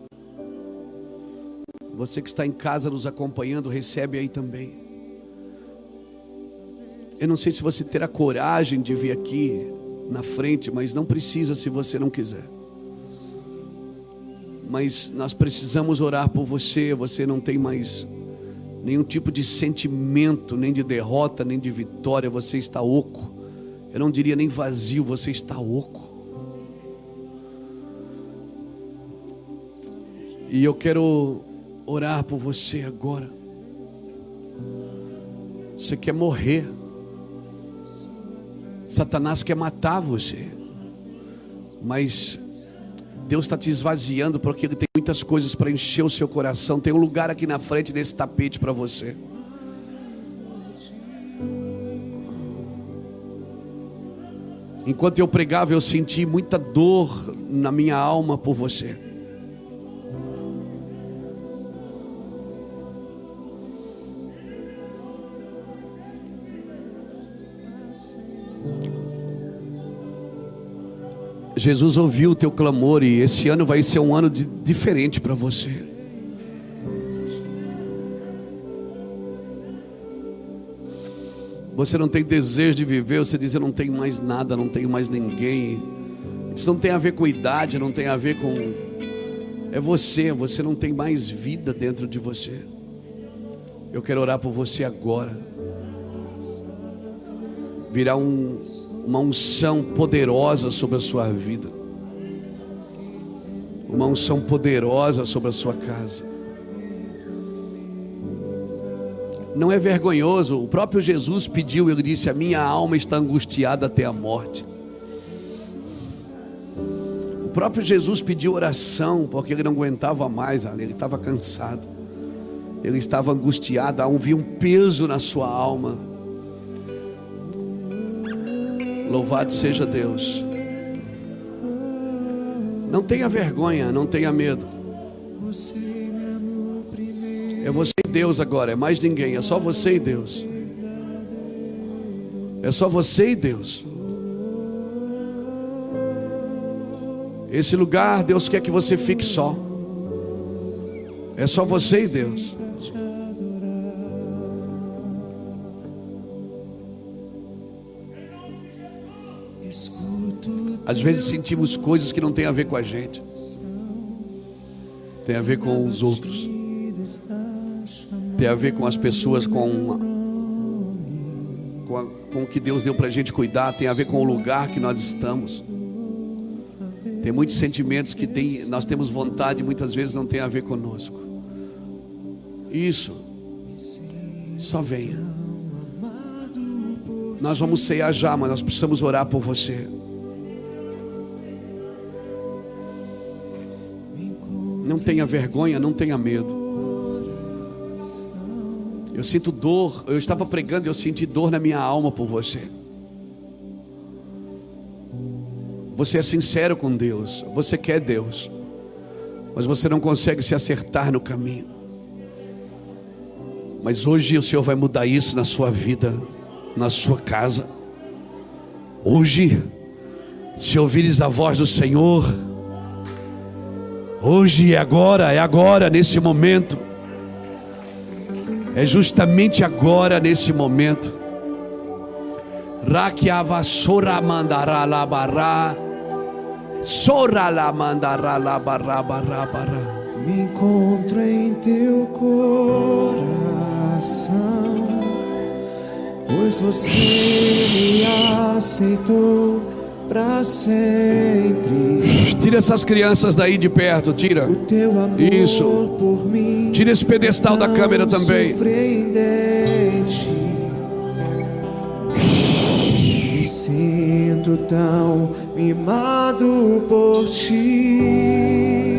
Speaker 1: Você que está em casa nos acompanhando, recebe aí também. Eu não sei se você terá coragem de vir aqui na frente, mas não precisa se você não quiser. Mas nós precisamos orar por você. Você não tem mais nenhum tipo de sentimento, nem de derrota, nem de vitória. Você está oco. Eu não diria nem vazio, você está oco. E eu quero orar por você agora. Você quer morrer. Satanás quer matar você. Mas Deus está te esvaziando, porque Ele tem muitas coisas para encher o seu coração. Tem um lugar aqui na frente desse tapete para você. Enquanto eu pregava, eu senti muita dor na minha alma por você. Jesus ouviu o teu clamor e esse ano vai ser um ano de, diferente para você. Você não tem desejo de viver, você diz: eu não tenho mais nada, não tenho mais ninguém. Isso não tem a ver com idade, não tem a ver com... É você, você não tem mais vida dentro de você. Eu quero orar por você agora. Virá um... uma unção poderosa sobre a sua vida, uma unção poderosa sobre a sua casa. Não é vergonhoso. O próprio Jesus pediu, ele disse: a minha alma está angustiada até a morte. O próprio Jesus pediu oração, porque ele não aguentava mais, ele estava cansado, ele estava angustiado, havia um peso na sua alma. Louvado seja Deus. Não tenha vergonha, não tenha medo. É você e Deus agora, é mais ninguém, é só você e Deus. É só você e Deus. Esse lugar, Deus quer que você fique só. É só você e Deus. Às vezes sentimos coisas que não tem a ver com a gente, tem a ver com os outros, tem a ver com as pessoas, com, com, a, com o que Deus deu para a gente cuidar, tem a ver com o lugar que nós estamos. Tem muitos sentimentos que tem, nós temos vontade e muitas vezes não tem a ver conosco. Isso, só venha. Nós vamos ceiar já, mas nós precisamos orar por você. Não tenha vergonha, não tenha medo. Eu sinto dor. Eu estava pregando e eu senti dor na minha alma por você. Você é sincero com Deus, você quer Deus, mas você não consegue se acertar no caminho. Mas hoje o Senhor vai mudar isso na sua vida, na sua casa. Hoje, se ouvires a voz do Senhor, hoje é agora, é agora, nesse momento. É justamente agora, nesse momento. Rakiava sora mandará la bará, sora la mandará la bará bará bará.
Speaker 2: Me encontro em teu coração, pois você me aceitou para sempre.
Speaker 1: Tira essas crianças daí de perto, tira.
Speaker 2: O teu amor
Speaker 1: Isso.
Speaker 2: por mim,
Speaker 1: Tira esse pedestal da câmera também.
Speaker 2: Surpreendente. Me sinto tão mimado por ti.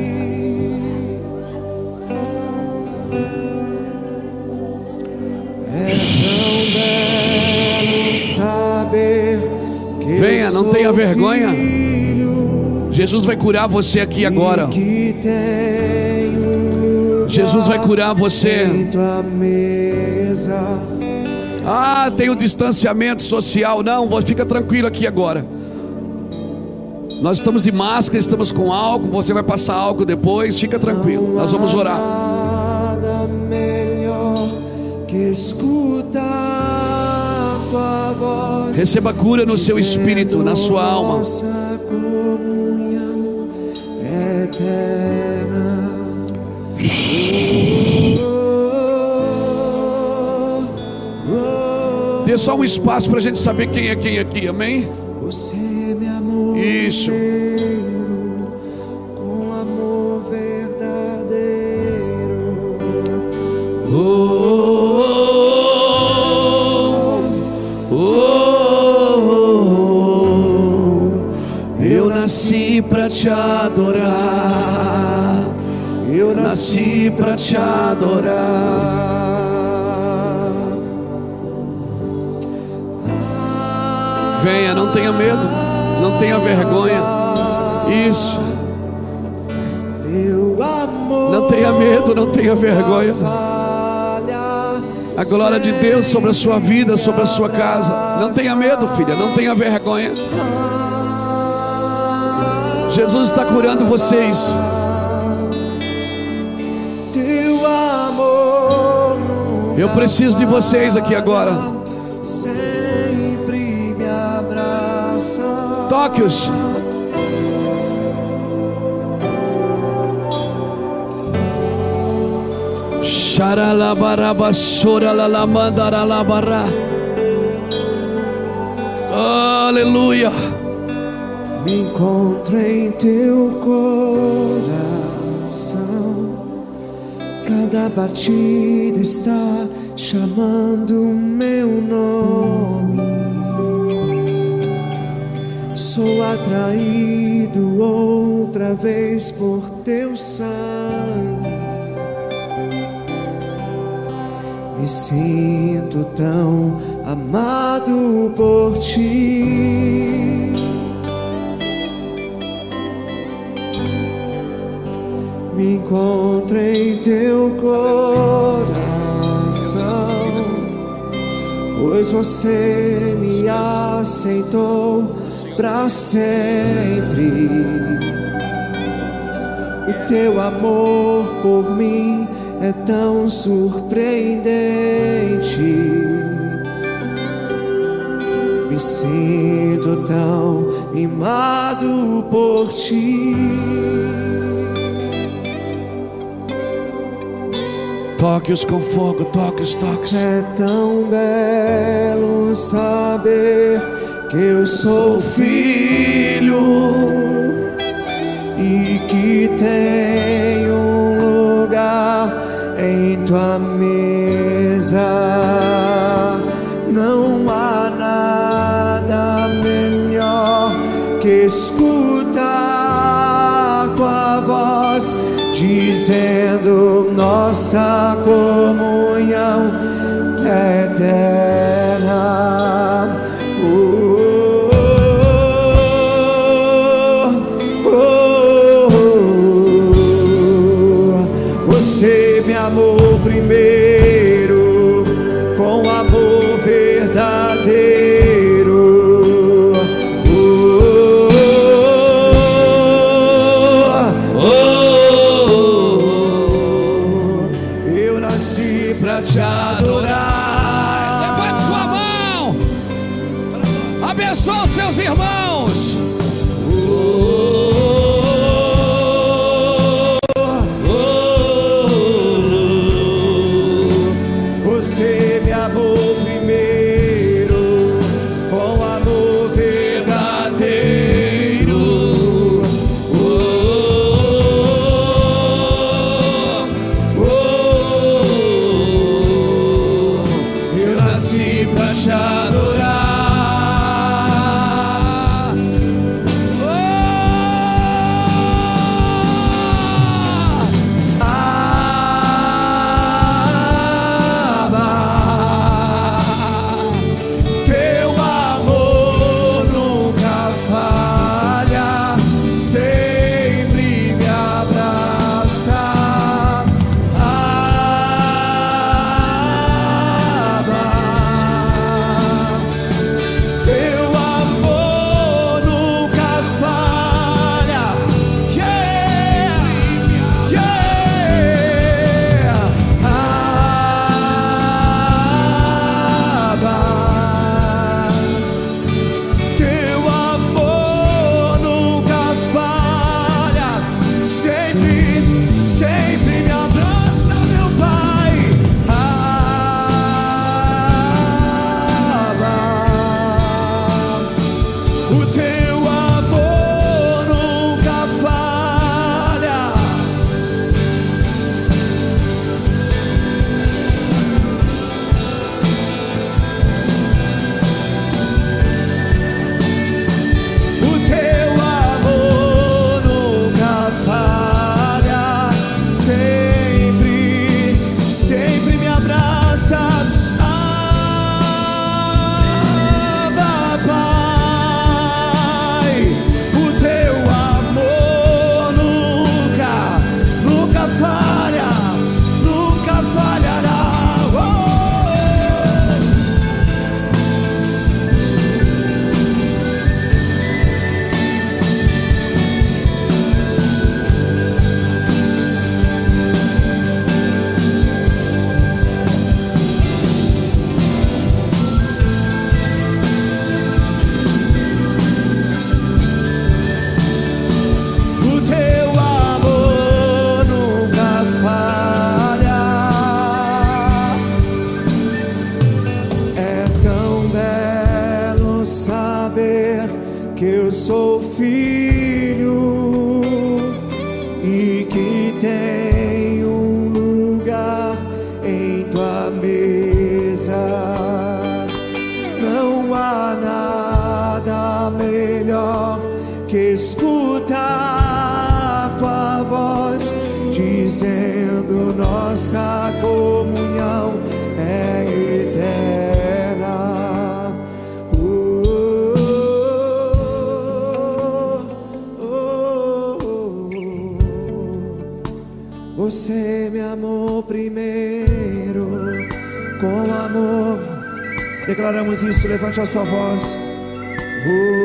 Speaker 2: É tão belo saber que
Speaker 1: Venha,
Speaker 2: eu
Speaker 1: não
Speaker 2: sou
Speaker 1: tenha vergonha.
Speaker 2: filho,
Speaker 1: Jesus vai curar você aqui agora.
Speaker 2: que tenho lugar
Speaker 1: Jesus vai curar você.
Speaker 2: em tua mesa.
Speaker 1: Ah, tem o distanciamento social. Não, fica tranquilo aqui agora. Nós estamos de máscara, estamos com álcool. Você vai passar álcool depois. Fica tranquilo, nós vamos orar.
Speaker 2: Nada melhor que escutar tua voz.
Speaker 1: Receba cura no seu espírito, na sua alma.
Speaker 2: Nossa comunhão eterna.
Speaker 1: Dê só um espaço para a gente saber quem é quem aqui, amém?
Speaker 2: Você me amou
Speaker 1: Isso.
Speaker 2: primeiro, com amor verdadeiro.
Speaker 1: Oh, oh, oh, oh. Eu nasci para te adorar.
Speaker 2: Eu
Speaker 1: Nasci para te adorar. Venha, não tenha medo, não tenha vergonha. Isso.
Speaker 2: Teu amor
Speaker 1: Não tenha medo, não tenha vergonha. A glória de Deus sobre a sua vida, sobre a sua casa. Não tenha medo, filha, não tenha vergonha. Jesus está curando vocês.
Speaker 2: Teu amor
Speaker 1: Eu preciso de vocês aqui agora.
Speaker 2: sempre me abraça.
Speaker 1: Toque-os. Aleluia.
Speaker 2: Me encontro em teu coração. Cada batida está chamando meu nome. Sou atraído outra vez por teu sangue. Me sinto tão amado por ti. Me encontro em teu coração, pois você me aceitou para sempre. O teu amor por mim é tão surpreendente. Me sinto tão mimado por ti.
Speaker 1: Toque-os com fogo, toque-os, toque-os.
Speaker 2: É tão belo saber que eu sou filho e que tenho um lugar em tua mesa. Não há nada melhor que escutar tua voz dizendo nossa comunhão eterna. Oh, oh, primeiro com amor verdadeiro. Oh, oh, oh, oh. Eu nasci pra te adorar.
Speaker 1: Levante sua mão. Abençoa os seus irmãos.
Speaker 2: Você me amou primeiro com amor verdadeiro. Oh, oh, oh, eu nasci pra te adorar. Oh, teu amor nunca falha, sempre me abraça. Abba, teu amor nunca falha. Yeah, yeah. Abba, teu amor nunca falha, sempre, sempre me abraça, meu Pai. Abba, o teu amor nunca falha. O teu amor nunca falha, sempre, sempre me abraça. Abba, Pai, o teu amor nunca, nunca falha, nunca falhará. Oh, o teu amor nunca falha. É tão belo saber que eu sou filho e que tenho um lugar em tua mesa. Não há nada melhor que escutar tua voz dizendo nossa comunhão é eterna. Oh, oh, oh, oh. Você me amou primeiro com amor. Declaramos isso, levante a sua voz. Oh,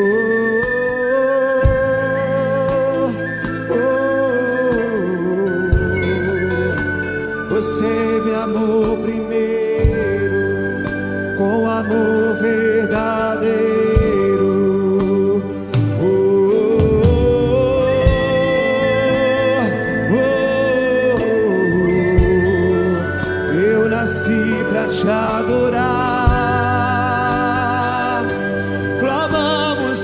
Speaker 2: oh, oh. Você me amou primeiro com amor verdadeiro. Oh, oh, oh. Eu nasci pra te adorar. Clamamos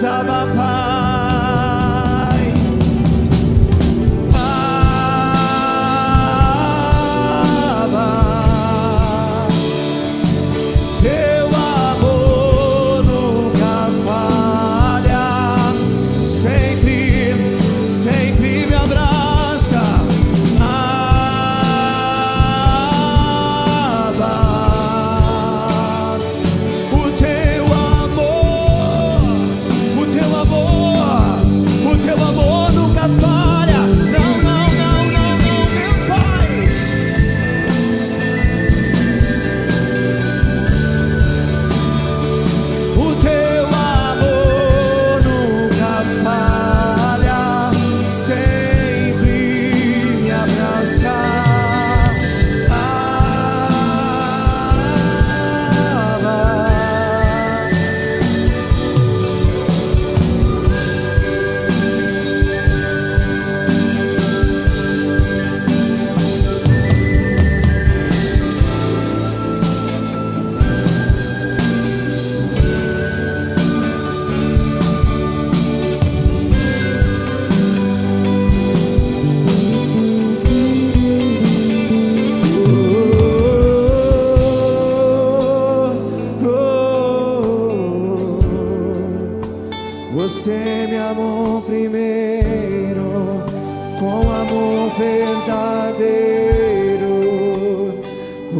Speaker 2: verdadeiro. Oh,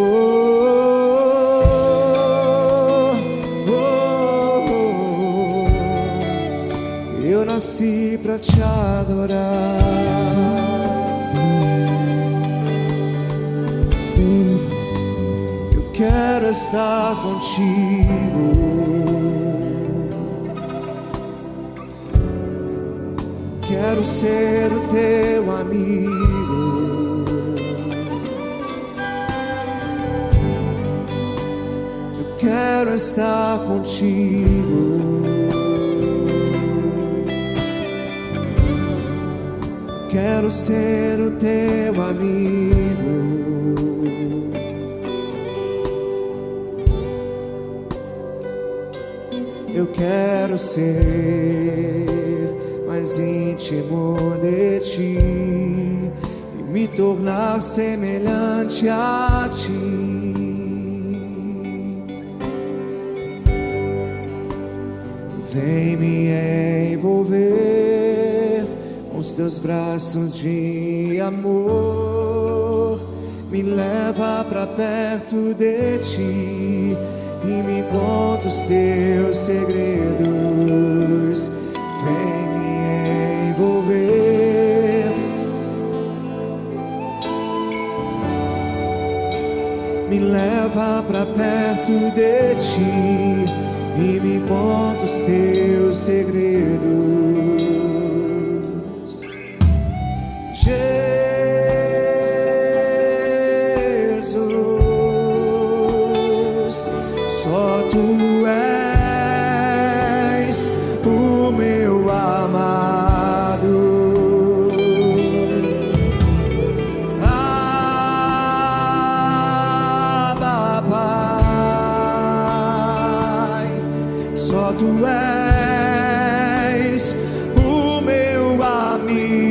Speaker 2: oh, oh, oh. Eu nasci pra te adorar. Eu quero estar contigo. Quero ser o teu amigo. Eu quero estar contigo. Quero ser o teu amigo. Eu quero ser mais íntimo de ti e me tornar semelhante a ti. Vem me envolver com os teus braços de amor, me leva pra perto de ti e me conta os teus segredos. Vem me envolver, me leva pra perto de ti e me conta os teus segredos. Jesus, só tu és o meu amado. Abba, Pai, só tu és o meu amigo.